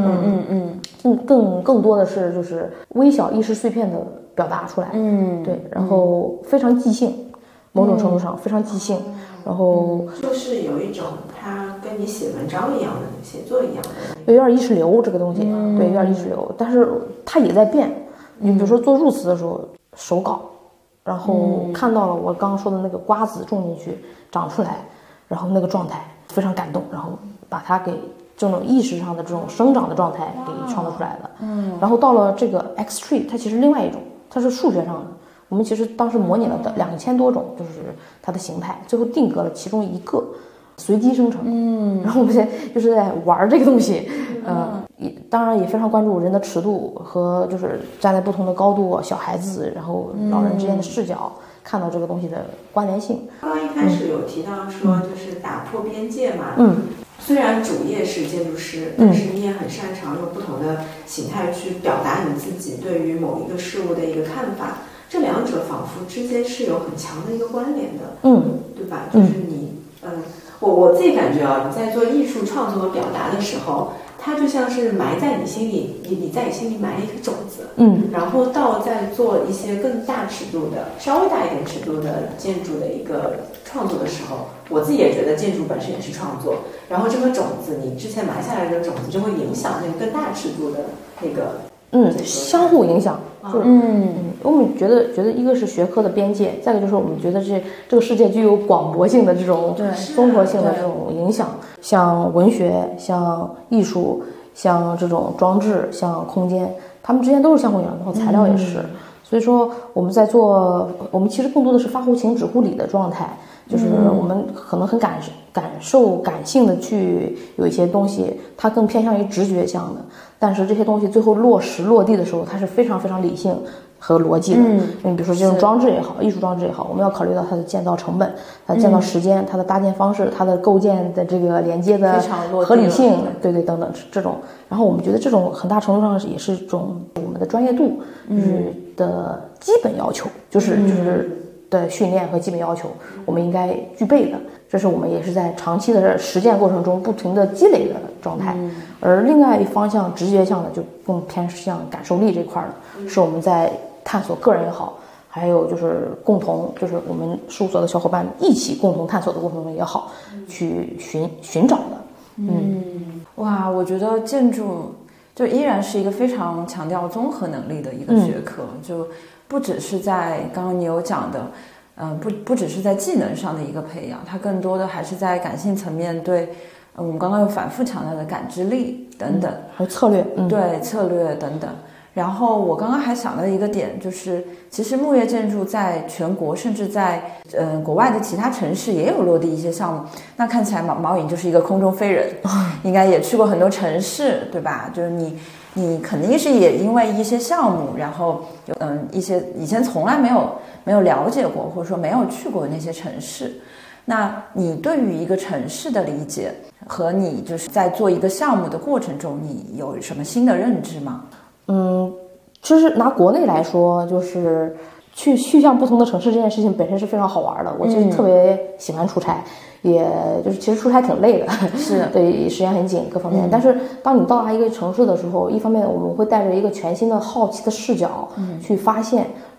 Speaker 1: 更多的是就是微小意识碎片的表达出来，对，然后非常即兴，某种程度上非常即兴，然后
Speaker 3: 就是有一种它跟你写文章一样的写作一样的，
Speaker 1: 有点意识流这个东西，对，有点意识流，但是它也在变。你比如说做入词的时候，手稿，然后看到了我刚刚说的那个瓜子种进去长出来，然后那个状态非常感动，然后把它给这种意识上的这种生长的状态给创造出来了。然后到了这个 X tree， 它其实另外一种，它是数学上的。我们其实当时模拟了2000多种，就是它的形态，最后定格了其中一个，随机生成。然后我们现在就是在玩这个东西，当然也非常关注人的尺度和就是站在不同的高度，小孩子然后老人之间的视角，看到这个东西的关联性。
Speaker 3: 刚刚一开始有提到说就是打破边界嘛，虽然主业是建筑师，但是你也很擅长用不同的形态去表达你自己对于某一个事物的一个看法，这两者仿佛之间是有很强的一个关联的，对吧？就是你，我自己感觉啊，你在做艺术创作和表达的时候，它就像是埋在你心里，你在你心里埋了一个种子，然后到再做一些更大尺度的、稍微大一点尺度的建筑的一个创作的时候，我自己也觉得建筑本身也是创作，然后这个种子，你之前埋下来的种子就会影响那个更大尺度的那个，
Speaker 1: 相互影响。我们觉得一个是学科的边界，再一个就是我们觉得这个世界具有广博性的这种综合性的这种影响，像文学、像艺术、像这种装置、像空间，它们之间都是相互影响，然后材料也是。所以说我们在做，我们其实更多的是发乎情止乎礼的状态，就是我们可能很感性的去有一些东西，它更偏向于直觉向的，但是这些东西最后落实落地的时候，它是非常非常理性和逻辑的。比如说这种装置也好，艺术装置也好，我们要考虑到它的建造成本、它的建造时间、它的搭建方式、它的构建的这个连接的合理性，对等等这种。然后我们觉得这种很大程度上也是一种我们的专业度就是的基本要求，就是的训练和基本要求，我们应该具备的。这是我们也是在长期的实践过程中不停的积累的状态。而另外一方向直觉向的就更偏向感受力这块的，是我们在探索个人也好，还有就是共同就是我们事务所的小伙伴一起共同探索的过程中也好，去寻找的。
Speaker 2: 哇，我觉得建筑就依然是一个非常强调综合能力的一个学科，就不只是在刚刚你有讲的不只是在技能上的一个培养，它更多的还是在感性层面对我们刚刚有反复强调的感知力等等，
Speaker 1: 还有策略，
Speaker 2: 对策略等等。然后我刚刚还想到一个点，就是其实木业建筑在全国甚至在国外的其他城市也有落地一些项目。那看起来毛颖就是一个空中飞人，应该也去过很多城市，对吧？就是你肯定是也因为一些项目，然后一些以前从来没有了解过，或者说没有去过那些城市。那你对于一个城市的理解和你就是在做一个项目的过程中，你有什么新的认知吗？
Speaker 1: 就是拿国内来说，就是去向不同的城市这件事情本身是非常好玩的。我其实特别喜欢出差，也就是其实出差挺累的，
Speaker 2: 是
Speaker 1: 对，时间很紧各方面。但是当你到达一个城市的时候，一方面我们会带着一个全新的好奇的视角去发现，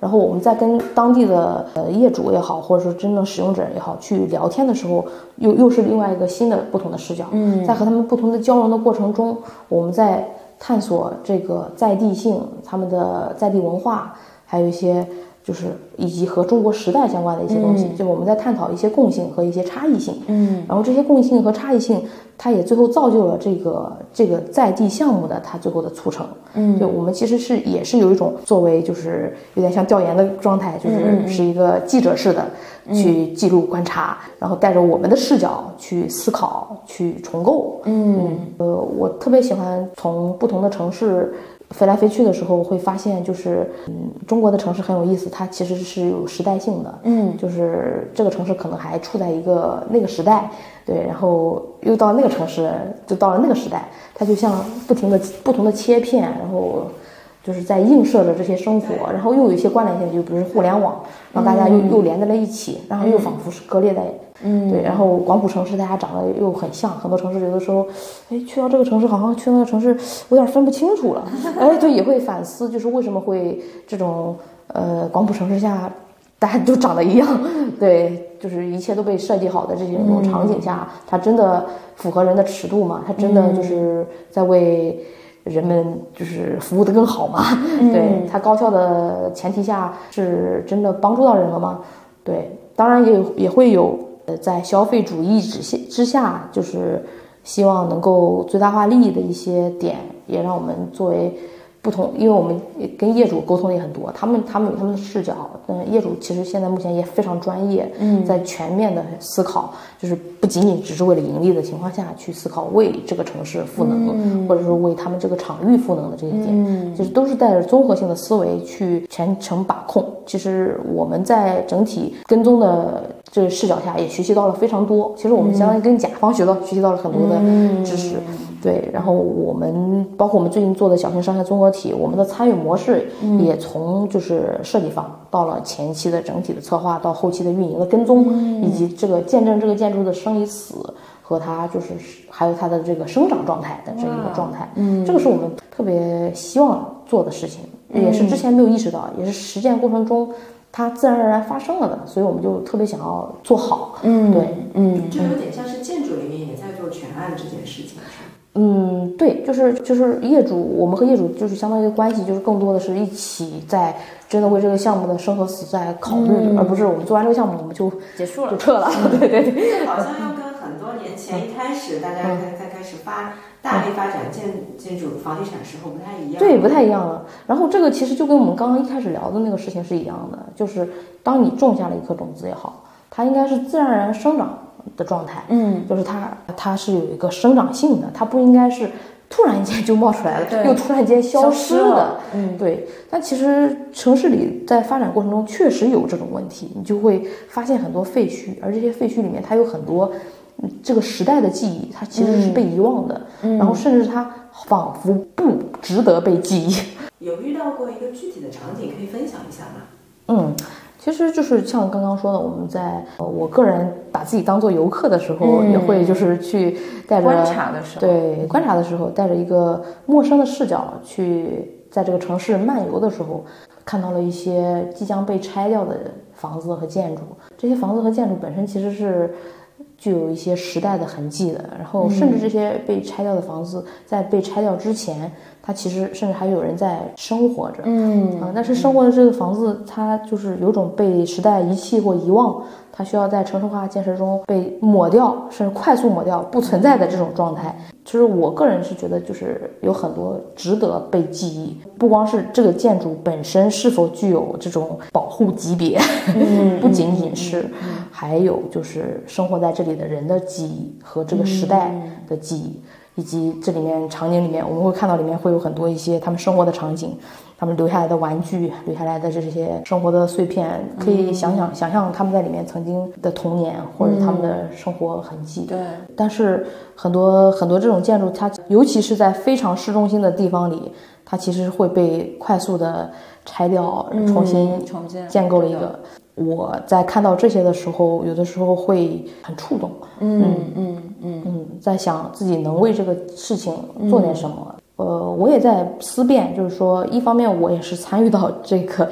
Speaker 1: 然后我们在跟当地的业主也好，或者说真正使用者也好去聊天的时候，又是另外一个新的不同的视角。在和他们不同的交融的过程中，我们在探索这个在地性，他们的在地文化，还有一些就是以及和中国时代相关的一些东西，就我们在探讨一些共性和一些差异性。然后这些共性和差异性，它也最后造就了这个在地项目的它最后的促成。就我们其实也是有一种作为就是有点像调研的状态，就是一个记者式的去记录观察，然后带着我们的视角去思考，去重构。我特别喜欢从不同的城市飞来飞去的时候，会发现就是中国的城市很有意思，它其实是有时代性的。就是这个城市可能还处在一个那个时代，对，然后又到那个城市就到了那个时代，它就像不同的切片，然后就是在映射着这些生活，然后又有一些关联性，就比如互联网让大家又连在了一起，然后又仿佛是割裂在对，然后广谱城市大家长得又很像，很多城市有的时候，去到这个城市好像去那个城市我有点分不清楚了，对，也会反思，就是为什么会这种广谱城市下大家都长得一样，对，就是一切都被设计好的这种场景下，它真的符合人的尺度吗？它真的就是在为人们就是服务得更好吗？对，它高效的前提下是真的帮助到人了吗？对，当然也会有在消费主义之下，就是希望能够最大化利益的一些点，也让我们作为不同，因为我们跟业主沟通也很多，他们有他们的视角，业主其实现在目前也非常专业，在全面的思考，就是不仅仅只是为了盈利的情况下去思考为这个城市赋能，或者说为他们这个场域赋能的这些点，就是都是带着综合性的思维去全程把控。其实我们在整体跟踪的这个视角下也学习到了非常多，其实我们相当于跟甲方学习到了很多的知识。对，然后我们包括我们最近做的小型商业综合体，我们的参与模式也从就是设计方到了前期的整体的策划，到后期的运营的跟踪，以及这个见证这个建筑的生与死和它就是还有它的这个生长状态的这一个状态。这个是我们特别希望做的事情，也是之前没有意识到，也是实践过程中它自然而然发生了的，所以我们就特别想要做好。对，
Speaker 3: 就有点像是建筑里面也在做全案这件事情，是吗？
Speaker 1: 对，就是业主，我们和业主就是相当于关系，就是更多的是一起在真的为这个项目的生和死在考虑，而不是我们做完这个项目我们就
Speaker 2: 结束了
Speaker 1: 就撤了。对对对，
Speaker 3: 这好像要跟很多年前一开始大家在开始大力发展建筑房地产时候不太一样。
Speaker 1: 对，不太一样了。然后这个其实就跟我们刚刚一开始聊的那个事情是一样的，就是当你种下了一颗种子也好，它应该是自然而然生长的状态，就是它是有一个生长性的，它不应该是突然间就冒出来了，又突然间消失的。对。但其实城市里在发展过程中确实有这种问题，你就会发现很多废墟，而这些废墟里面它有很多这个时代的记忆，它其实是被遗忘的，然后甚至它仿佛不值得被记忆。
Speaker 3: 有遇到过一个具体的场景可以分享一下吗？
Speaker 1: 其实就是像刚刚说的，我们在我个人把自己当做游客的时候，也会就是去带着
Speaker 2: 观察的时候，
Speaker 1: 带着一个陌生的视角去在这个城市漫游的时候，看到了一些即将被拆掉的房子和建筑。这些房子和建筑本身其实是具有一些时代的痕迹的，然后甚至这些被拆掉的房子在被拆掉之前，它其实甚至还有人在生活着。但是生活的这个房子它就是有种被时代遗弃或遗忘，它需要在城市化建设中被抹掉，甚至快速抹掉，不存在的这种状态。其实我个人是觉得就是有很多值得被记忆，不光是这个建筑本身是否具有这种保护级别，不仅仅是还有就是生活在这里的人的记忆和这个时代的记忆，以及这里面场景里面我们会看到里面会有很多一些他们生活的场景，他们留下来的玩具，留下来的这些生活的碎片，可以想象他们在里面曾经的童年或者他们的生活痕迹。
Speaker 2: 对，
Speaker 1: 但是很多这种建筑，它尤其是在非常市中心的地方里，它其实会被快速的拆掉，重新建构了一个。我在看到这些的时候，有的时候会很触动。在想自己能为这个事情做点什么。我也在思辨，就是说，一方面我也是参与到这个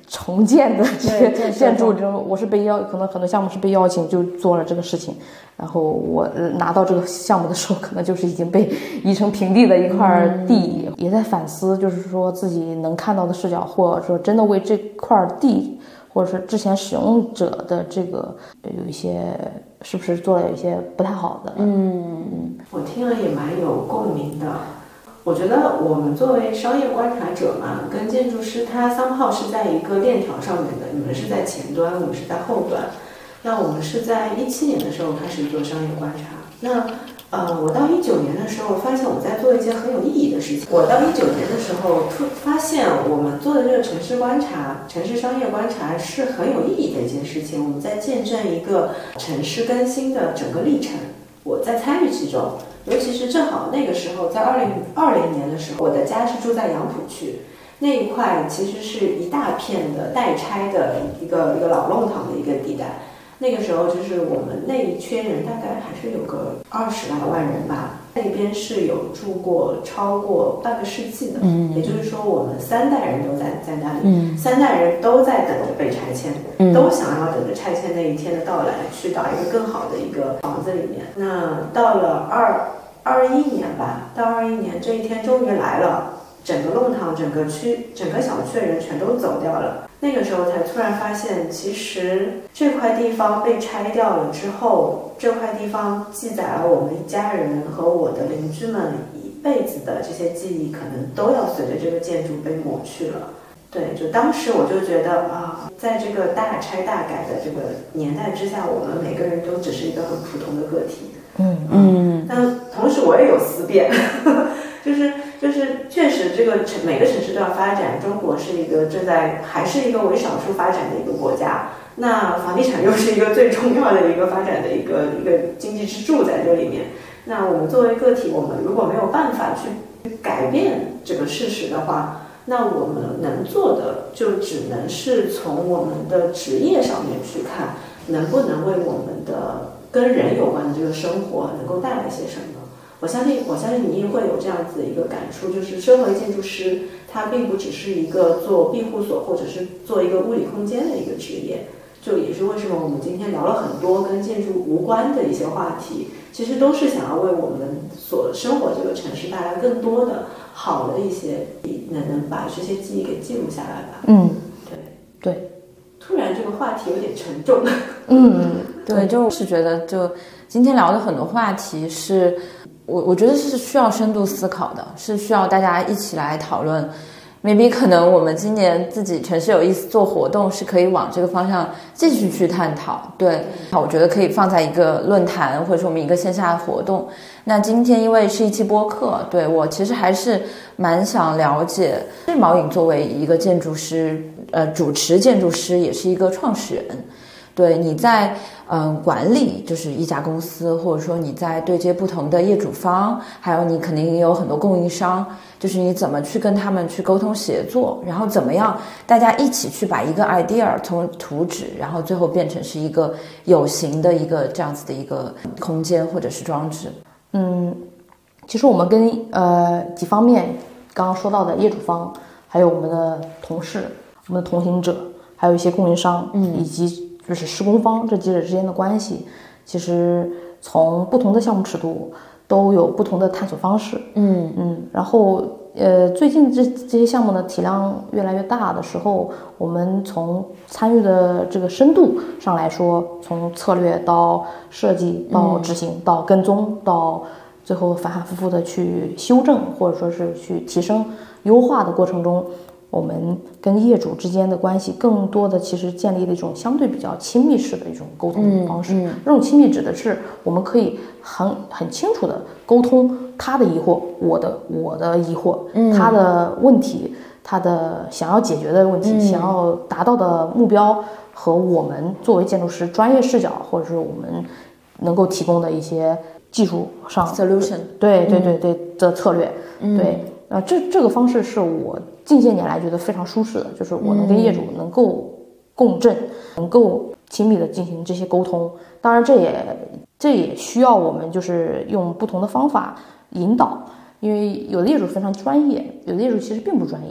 Speaker 1: 重建的这些建筑中，我是可能很多项目是被邀请就做了这个事情，然后我拿到这个项目的时候，可能就是已经被夷成平地的一块地，也在反思，就是说自己能看到的视角，或者说真的为这块地，或者是之前使用者的这个有一些是不是做了有一些不太好的。
Speaker 3: 我听了也蛮有共鸣的。我觉得我们作为商业观察者嘛，跟建筑师他somehow是在一个链条上面的，你们是在前端，我们是在后端。那我们是在2017年的时候开始做商业观察。那我到2019年的时候发现我在做一件很有意义的事情。我到2019年的时候发现我们做的这个城市观察、城市商业观察是很有意义的一件事情。我们在见证一个城市更新的整个历程，我在参与其中。尤其是正好那个时候，在2020年的时候，我的家是住在杨浦区，那一块其实是一大片的待拆的一个老弄堂的一个地带。那个时候就是我们那一圈人大概还是有个20来万人吧，那边是有住过超过半个世纪的，也就是说我们3代人都在那里，3代人都在等着被拆迁，都想要等着拆迁那一天的到来，去到一个更好的一个房子里面。那到了21年吧，到21年这一天终于来了，整个弄堂、整个区、整个小区的人全都走掉了。那个时候才突然发现，其实这块地方被拆掉了之后，这块地方记载了我们一家人和我的邻居们一辈子的这些记忆，可能都要随着这个建筑被抹去了。对，就当时我就觉得在这个大拆大改的这个年代之下，我们每个人都只是一个很普通的个体。但同时我也有思辨，就是确实这个每个城市都要发展，中国是一个还是一个为少数发展的一个国家，那房地产又是一个最重要的一个发展的一个经济支柱在这里面。那我们作为个体，我们如果没有办法去改变这个事实的话，那我们能做的就只能是从我们的职业上面去看，能不能为我们的跟人有关的这个生活能够带来些什么。我相信你也会有这样子的一个感触，就是社会建筑师他并不只是一个做庇护所或者是做一个物理空间的一个职业，就也是为什么我们今天聊了很多跟建筑无关的一些话题，其实都是想要为我们所生活这个城市带来更多的好的一些，能把这些记忆给记录下来吧。对。突然这个话题有点沉重。
Speaker 2: 对，就是觉得就今天聊的很多话题是我觉得是需要深度思考的，是需要大家一起来讨论。maybe 可能我们今年自己城市有意思做活动是可以往这个方向继续去探讨。对，我觉得可以放在一个论坛或者说我们一个线下的活动。那今天因为是一期播客，对，我其实还是蛮想了解毛颖作为一个建筑师，主持建筑师，也是一个创始人。对，你在管理就是一家公司，或者说你在对接不同的业主方，还有你肯定也有很多供应商，就是你怎么去跟他们去沟通协作，然后怎么样大家一起去把一个 idea 从图纸，然后最后变成是一个有形的一个这样子的一个空间或者是装置。
Speaker 1: 其实我们跟几方面刚刚说到的业主方，还有我们的同事、我们的同行者，还有一些供应商，以及就是施工方这几者之间的关系，其实从不同的项目尺度都有不同的探索方式。然后最近这些项目的体量越来越大的时候，我们从参与的这个深度上来说，从策略到设计到执行到跟踪到最后反反复复的去修正或者说是去提升优化的过程中，我们跟业主之间的关系更多的其实建立了一种相对比较亲密式的一种沟通方式。这种亲密指的是我们可以很清楚的沟通他的疑惑，我的疑惑，他的问题，他的想要解决的问题，想要达到的目标，和我们作为建筑师专业视角或者是我们能够提供的一些技术上
Speaker 2: solution，
Speaker 1: 对的策略。对，这个方式是我近些年来觉得非常舒适的，就是我能跟业主能够共振，能够亲密的进行这些沟通。当然这也需要我们就是用不同的方法引导，因为有的业主非常专业，有的业主其实并不专业，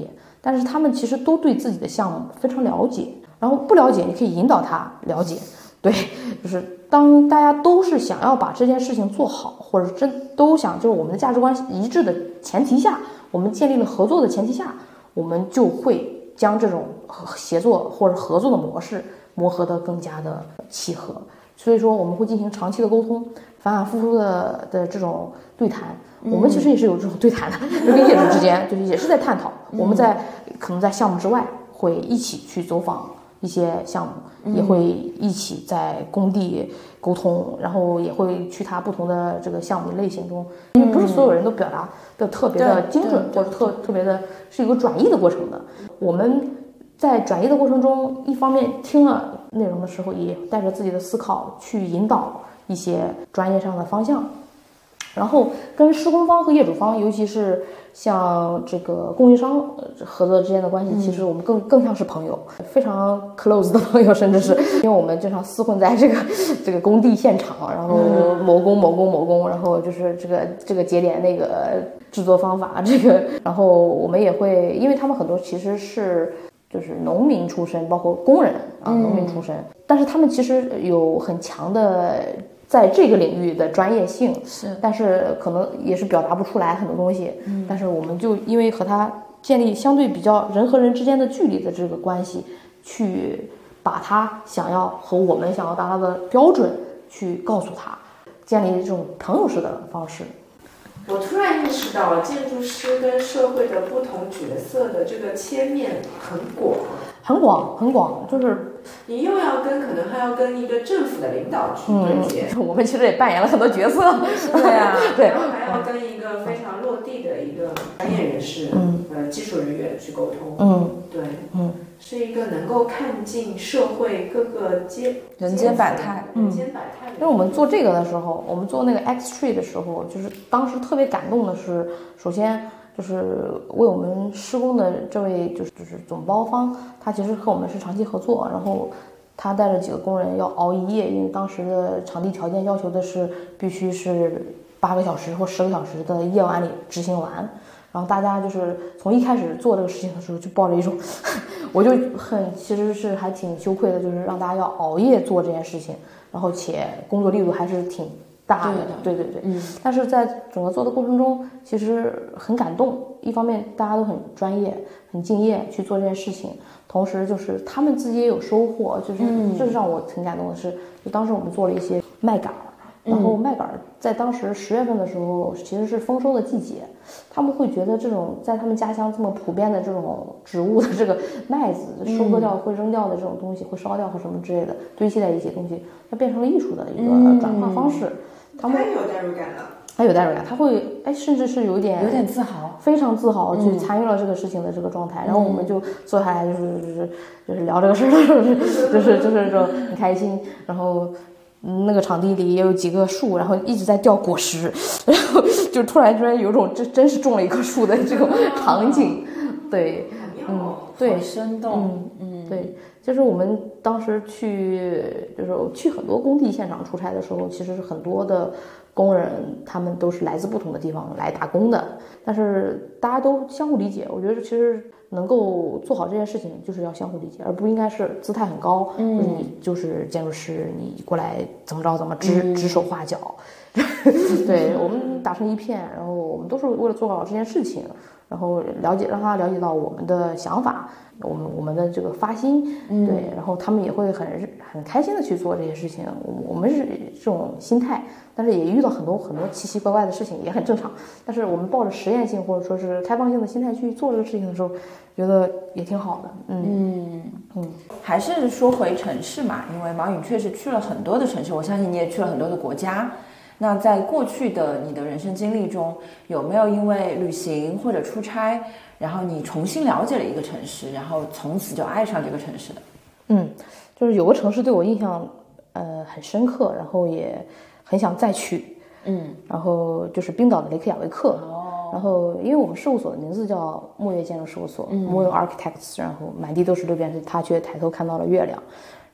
Speaker 1: 但是他们其实都对自己的项目非常了解，然后不了解你可以引导他了解。对，就是当大家都是想要把这件事情做好，或者都想就是我们的价值观一致的前提下，我们建立了合作的前提下，我们就会将这种协作或者合作的模式磨合得更加的契合。所以说我们会进行长期的沟通，反反复复的这种对谈。我们其实也是有这种对谈的，跟业主之间就是也是在探讨。我们可能在项目之外会一起去走访一些项目，也会一起在工地沟通，然后也会去他不同的这个项目类型中，因为不是所有人都表达的特别的精准，或者特别的是一个转译的过程的。我们在转译的过程中，一方面听了内容的时候，也带着自己的思考去引导一些专业上的方向。然后跟施工方和业主方，尤其是像这个供应商合作之间的关系，其实我们更像是朋友，非常 close 的朋友，甚至是因为我们经常厮混在这个工地现场，然后某工，然后就是这个节点那个制作方法然后我们也会，因为他们很多其实是就是农民出身，包括工人啊，农民出身，但是他们其实有很强的在这个领域的专业性，但是可能也是表达不出来很多东西。但是我们就因为和他建立相对比较人和人之间的距离的这个关系，去把他想要和我们想要达到的标准去告诉他，建立这种朋友式的方式。
Speaker 3: 我突然意识到了，建筑师跟社会的不同角色的这个切面很广，就是你又要可能还要跟一个政府的领导去对接，
Speaker 1: 我们其实也扮演了很多角色，
Speaker 3: 对啊，
Speaker 1: 对，
Speaker 3: 然后还要跟一个非常落地的一个专业人士，技术人员去沟通，对，是一个能够看尽社会各个
Speaker 2: 人间百态，
Speaker 1: 因为我们做这个的时候，我们做那个 X Tree 的时候，就是当时特别感动的是，首先就是为我们施工的这位就是总包方，他其实和我们是长期合作，然后他带着几个工人要熬一夜，因为当时的场地条件要求的是必须是8个小时或10个小时的夜晚里执行完。然后大家就是从一开始做这个事情的时候，就抱着一种，我就其实是还挺羞愧的，就是让大家要熬夜做这件事情，然后且工作力度还是挺大的，对，但是在整个做的过程中，其实很感动。一方面大家都很专业、很敬业去做这件事情，同时就是他们自己也有收获，就是这是让我挺感动的是，就当时我们做了一些麦秆。然后麦秆在当时10月份的时候其实是丰收的季节，他们会觉得这种在他们家乡这么普遍的这种植物的这个麦子收割掉会扔掉的这种东西，会烧掉或什么之类的堆积在一些东西，它变成了艺术的一个转化方式。他们
Speaker 3: 有代入感了，
Speaker 1: 他有代入感，他会甚至是有点
Speaker 2: 自豪，
Speaker 1: 非常自豪去参与了这个事情的这个状态。然后我们就坐下来就是聊这个事儿，就是这种很开心，然后。那个场地里也有几个树，然后一直在掉果实，然后就突然有种真是种了一棵树的这种场景，对，对，
Speaker 2: 好生动，
Speaker 1: 对，就是我们当时去很多工地现场出差的时候，其实是很多的工人，他们都是来自不同的地方来打工的，但是大家都相互理解。我觉得其实能够做好这件事情，就是要相互理解，而不应该是姿态很高，你就是建筑师，你过来怎么指手画脚。对，我们打成一片，然后我们都是为了做好这件事情，然后让他了解到我们的想法，我们的这个发心，对，然后他们也会很开心的去做这些事情。我们是这种心态，但是也遇到很多奇奇怪怪的事情，也很正常。但是我们抱着实验性或者说是开放性的心态去做这个事情的时候，觉得也挺好的。
Speaker 2: 还是说回城市嘛，因为毛颖确实去了很多的城市，我相信你也去了很多的国家。那在过去的你的人生经历中，有没有因为旅行或者出差，然后你重新了解了一个城市，然后从此就爱上这个城市的？
Speaker 1: 就是有个城市对我印象很深刻，然后也很想再去。然后就是冰岛的雷克雅维克。然后因为我们事务所的名字叫墨月建筑事务所，Moyo Architects，然后满地都是六边形，他却抬头看到了月亮。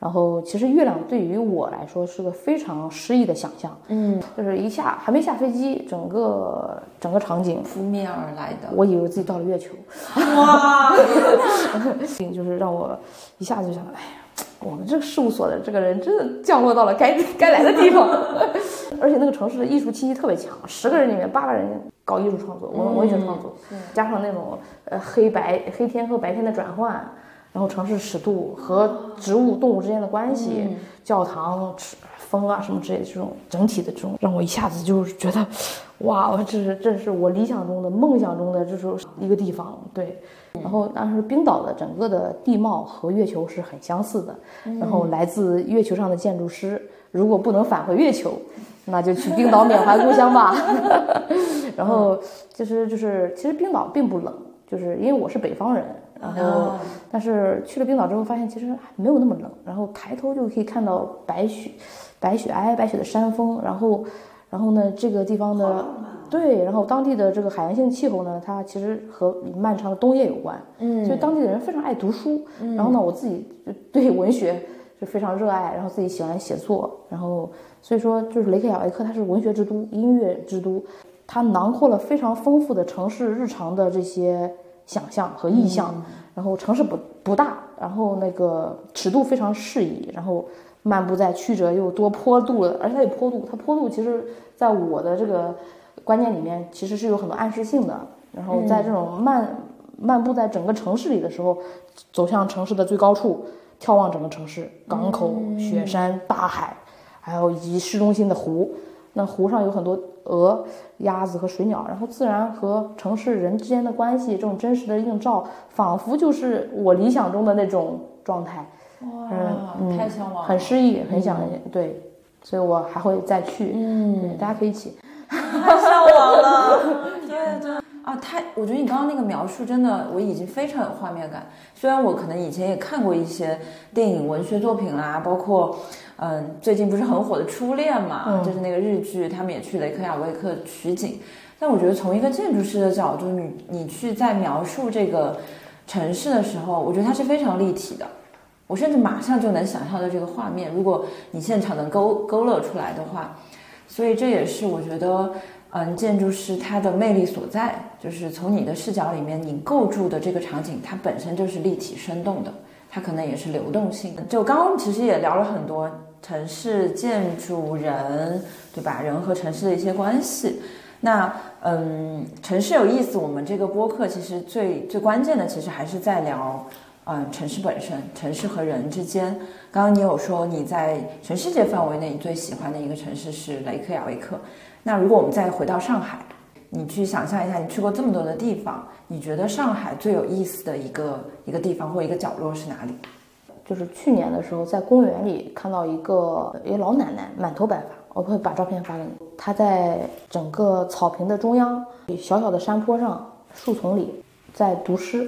Speaker 1: 然后其实月亮对于我来说是个非常诗意的想象，就是还没下飞机，整个场景
Speaker 2: 扑面而来的，
Speaker 1: 我以为自己到了月球，
Speaker 2: 哇，
Speaker 1: 就是让我一下子就想，哎呀，我们这个事务所的这个人真的降落到了该来的地方，而且那个城市的艺术气息特别强，10个人里面8个人搞艺术创作，文学创作，加上那种黑天和白天的转换。然后城市尺度和植物动物之间的关系，教堂风啊什么之类的这种整体的这种，让我一下子就是觉得，哇，这是我理想中的梦想中的这种一个地方。对，然后当时冰岛的整个的地貌和月球是很相似的，然后来自月球上的建筑师如果不能返回月球，那就去冰岛缅怀故乡吧。然后其实冰岛并不冷，就是因为我是北方人。然后，但是去了冰岛之后，发现其实没有那么冷。然后抬头就可以看到白雪的山峰。然后呢，这个地方的对，然后当地的这个海洋性气候呢，它其实和漫长的冬夜有关。所以当地的人非常爱读书。然后呢，我自己就对文学是非常热爱，然后自己喜欢写作。然后所以说，就是雷克雅未克它是文学之都、音乐之都，它囊括了非常丰富的城市日常的这些想象和意象，然后城市不大，然后那个尺度非常适宜，然后漫步在曲折又多坡度的，而且它有坡度，它坡度其实在我的这个观念里面其实是有很多暗示性的。然后在这种漫步在整个城市里的时候，走向城市的最高处，眺望整个城市，港口、雪山、大海，还有以及市中心的湖。那湖上有很多鹅、鸭子和水鸟，然后自然和城市人之间的关系，这种真实的映照，仿佛就是我理想中的那种状态。
Speaker 2: 哇，太向往了，
Speaker 1: 很诗意，很想对，所以我还会再去。对，大家可以一起。
Speaker 2: 太向往了，对啊，我觉得你刚刚那个描述真的，我已经非常有画面感。虽然我可能以前也看过一些电影、文学作品啦，包括最近不是很火的《初恋》嘛，就是那个日剧，他们也去雷克雅未克取景。但我觉得从一个建筑师的角度，你去在描述这个城市的时候，我觉得它是非常立体的。我甚至马上就能想象到这个画面，如果你现场能勾勒出来的话，所以这也是我觉得建筑师他的魅力所在，就是从你的视角里面，你构筑的这个场景它本身就是立体生动的，它可能也是流动性的。就刚刚其实也聊了很多城市、建筑、人，对吧？人和城市的一些关系。那城市有意思，我们这个播客其实最关键的其实还是在聊城市本身，城市和人之间。刚刚你有说你在全世界范围内你最喜欢的一个城市是雷克雅未克。那如果我们再回到上海，你去想象一下，你去过这么多的地方，你觉得上海最有意思的一个地方或一个角落是哪里？
Speaker 1: 就是去年的时候在公园里看到一个老奶奶，满头白发，我会把照片发给你。她在整个草坪的中央，小小的山坡上，树丛里在读诗。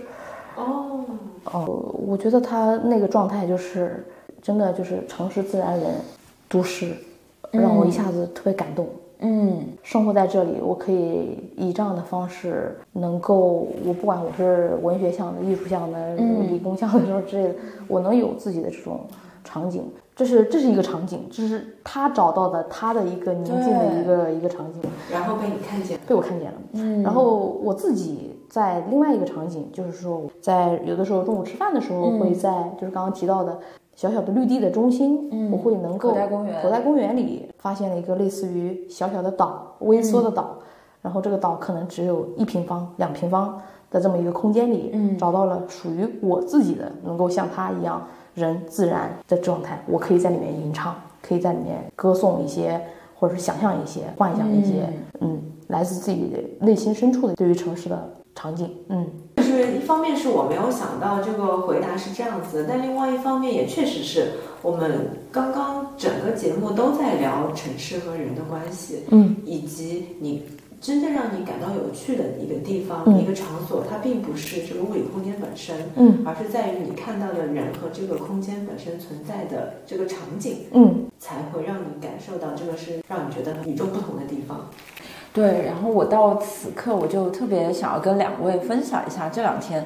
Speaker 1: 我觉得她那个状态就是真的就是城市自然人读诗，让我一下子特别感动。生活在这里，我可以以这样的方式能够，我不管我是文学向的、艺术向的、理工向的什么之类的，我能有自己的这种场景。这是一个场景，这是他找到的他的一个宁静的一个场景，
Speaker 3: 然后被你看见，
Speaker 1: 被我看见了。然后我自己在另外一个场景，就是说在有的时候中午吃饭的时候，会在就是刚刚提到的小小的绿地的中心，我会能够口袋公园里发现了一个类似于小小的岛，微缩的岛，然后这个岛可能只有1平方、2平方的这么一个空间里，找到了属于我自己的，能够像它一样人自然的状态，我可以在里面吟唱，可以在里面歌颂一些，或者是想象一些、幻想一些，来自自己的内心深处的对于城市的场景。
Speaker 3: 就是一方面是我没有想到这个回答是这样子的，但另外一方面也确实是我们刚刚整个节目都在聊城市和人的关系，以及你真正让你感到有趣的一个地方、一个场所，它并不是这个物理空间本身，而是在于你看到的人和这个空间本身存在的这个场景，才会让你感受到这个是让你觉得与众不同的地方。
Speaker 2: 对，然后我到此刻我就特别想要跟2位分享一下这2天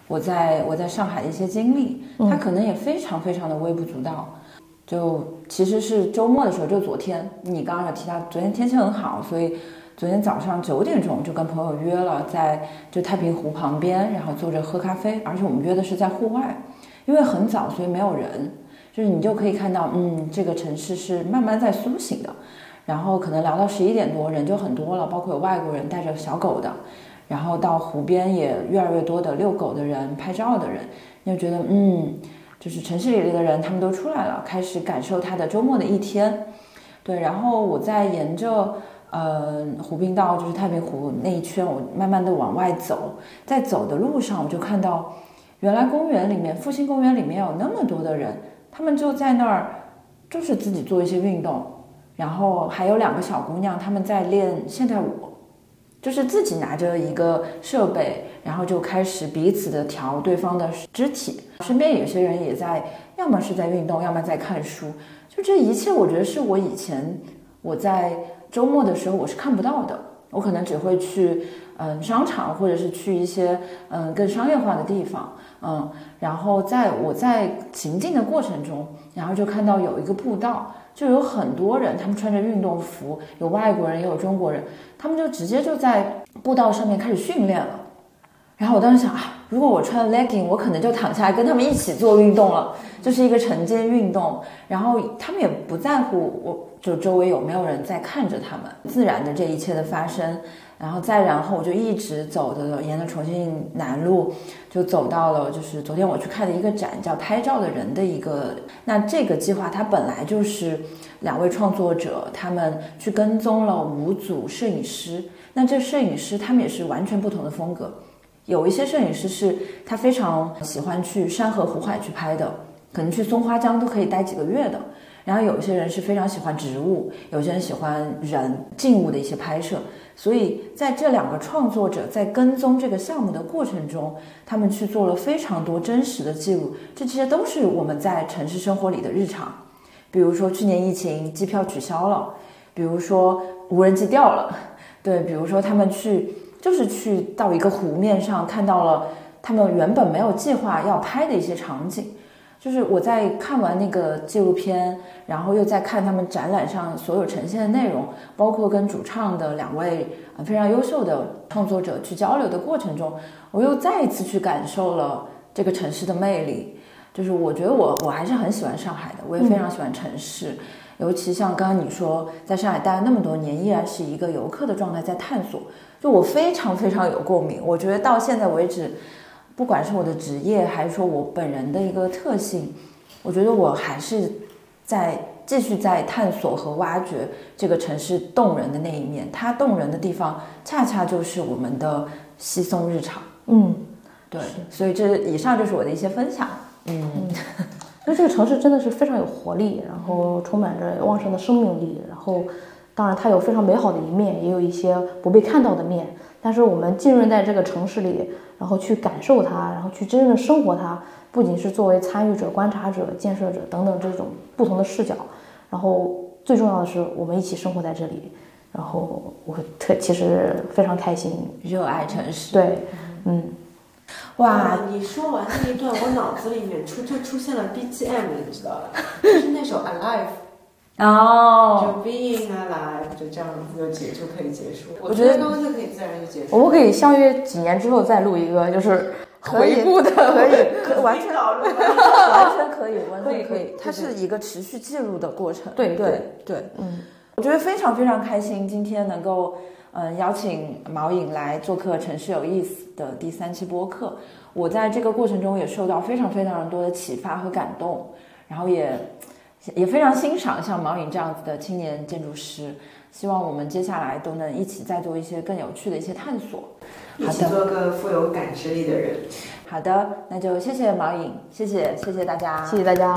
Speaker 2: 我在上海的一些经历，它可能也非常非常的微不足道。就其实是周末的时候，就昨天你刚刚有提到，昨天天气很好，所以昨天早上9点钟就跟朋友约了，在就太平湖旁边，然后坐着喝咖啡，而且我们约的是在户外，因为很早，所以没有人，就是你就可以看到，这个城市是慢慢在苏醒的。然后可能聊到11点多，人就很多了，包括有外国人带着小狗的，然后到湖边也越来越多的遛狗的人、拍照的人，你就觉得就是城市里的人他们都出来了，开始感受他的周末的一天。对，然后我在沿着湖滨道，就是太平湖那一圈，我慢慢的往外走，在走的路上我就看到原来公园里面，复兴公园里面有那么多的人，他们就在那儿就是自己做一些运动，然后还有2个小姑娘他们在练现代舞，就是自己拿着一个设备，然后就开始彼此的调对方的肢体，身边有些人也在，要么是在运动，要么在看书，就这一切我觉得是我以前我在周末的时候我是看不到的，我可能只会去商场，或者是去一些更商业化的地方，然后我在行进的过程中，然后就看到有一个步道，就有很多人，他们穿着运动服，有外国人也有中国人，他们就直接就在步道上面开始训练了。然后我当时想如果我穿 legging， 我可能就躺下来跟他们一起做运动了，就是一个晨间运动。然后他们也不在乎我就周围有没有人在看着他们，自然的这一切的发生。然后我就一直走的沿着重庆南路，就走到了就是昨天我去看的一个展，叫拍照的人的一个。那这个计划它本来就是2位创作者，他们去跟踪了5组摄影师，那这摄影师他们也是完全不同的风格，有一些摄影师是他非常喜欢去山河湖海去拍的，可能去松花江都可以待几个月的。然后有些人是非常喜欢植物，有些人喜欢人静物的一些拍摄，所以在这2个创作者在跟踪这个项目的过程中，他们去做了非常多真实的记录，这些都是我们在城市生活里的日常。比如说去年疫情机票取消了，比如说无人机掉了，对，比如说他们去到一个湖面上看到了他们原本没有计划要拍的一些场景。就是我在看完那个纪录片，然后又在看他们展览上所有呈现的内容，包括跟主唱的2位非常优秀的创作者去交流的过程中，我又再一次去感受了这个城市的魅力。就是我觉得我还是很喜欢上海的，我也非常喜欢城市，尤其像刚刚你说在上海待了那么多年，依然是一个游客的状态在探索，就我非常非常有共鸣。我觉得到现在为止，不管是我的职业还是说我本人的一个特性，我觉得我还是继续在探索和挖掘这个城市动人的那一面。它动人的地方恰恰就是我们的稀松日常。对，所以这以上就是我的一些分享。
Speaker 1: 因为这个城市真的是非常有活力，然后充满着旺盛的生命力，然后当然它有非常美好的一面，也有一些不被看到的面，但是我们浸润在这个城市里，然后去感受它，然后去真正的生活它，不仅是作为参与者、观察者、建设者等等这种不同的视角，然后最重要的是我们一起生活在这里，然后我其实非常开心，
Speaker 2: 热爱城市。
Speaker 1: 对，
Speaker 3: 哇！你说完那一段，我脑子里面出现了 BGM， 你知道吧？就是那首 Alive。就 Being Alive， 就这样子就可以结束。我觉得刚刚就可以自然就结束。
Speaker 1: 我们可以相约几年之后再录一个，就是回顾的，
Speaker 2: 可以完全可以，它是一个持续记录的过程。
Speaker 1: 对，
Speaker 2: 我觉得非常非常开心，今天能够邀请毛颖来做客《城市有意思》的第3期播客。我在这个过程中也受到非常非常多的启发和感动，然后也非常欣赏像毛颖这样子的青年建筑师。希望我们接下来都能一起再做一些更有趣的一些探索，
Speaker 3: 一起做个富有感知力的人。
Speaker 2: 好的，那就谢谢毛颖，谢谢大家，
Speaker 1: 谢谢大家。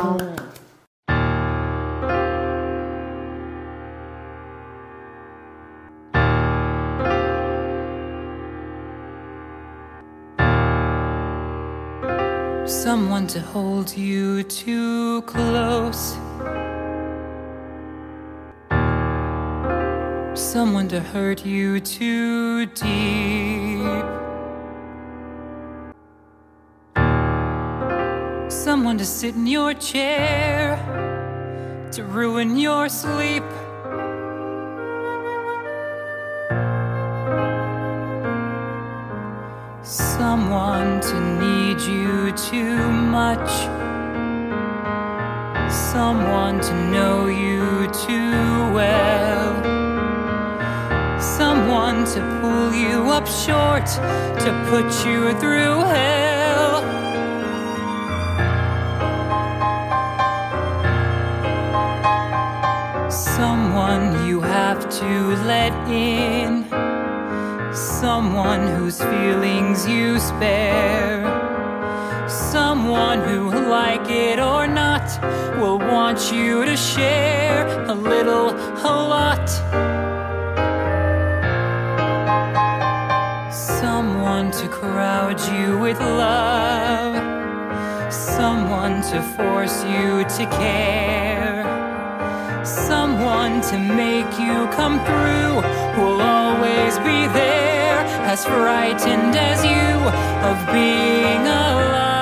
Speaker 4: Someone to hold you too close, someone to hurt you too deep. someone to sit in your chair, to ruin your sleep. Someone to need you too much, someone to know you too well, someone to pull you up short, to put you through hell. Someone you have to let in, someone whose feelings you spare, someone who, like it or not, will want you to share a little, a lot. Someone to crowd you with love, someone to force you to care, someone to make you come through, who'll always be there, as frightened as you of being alive.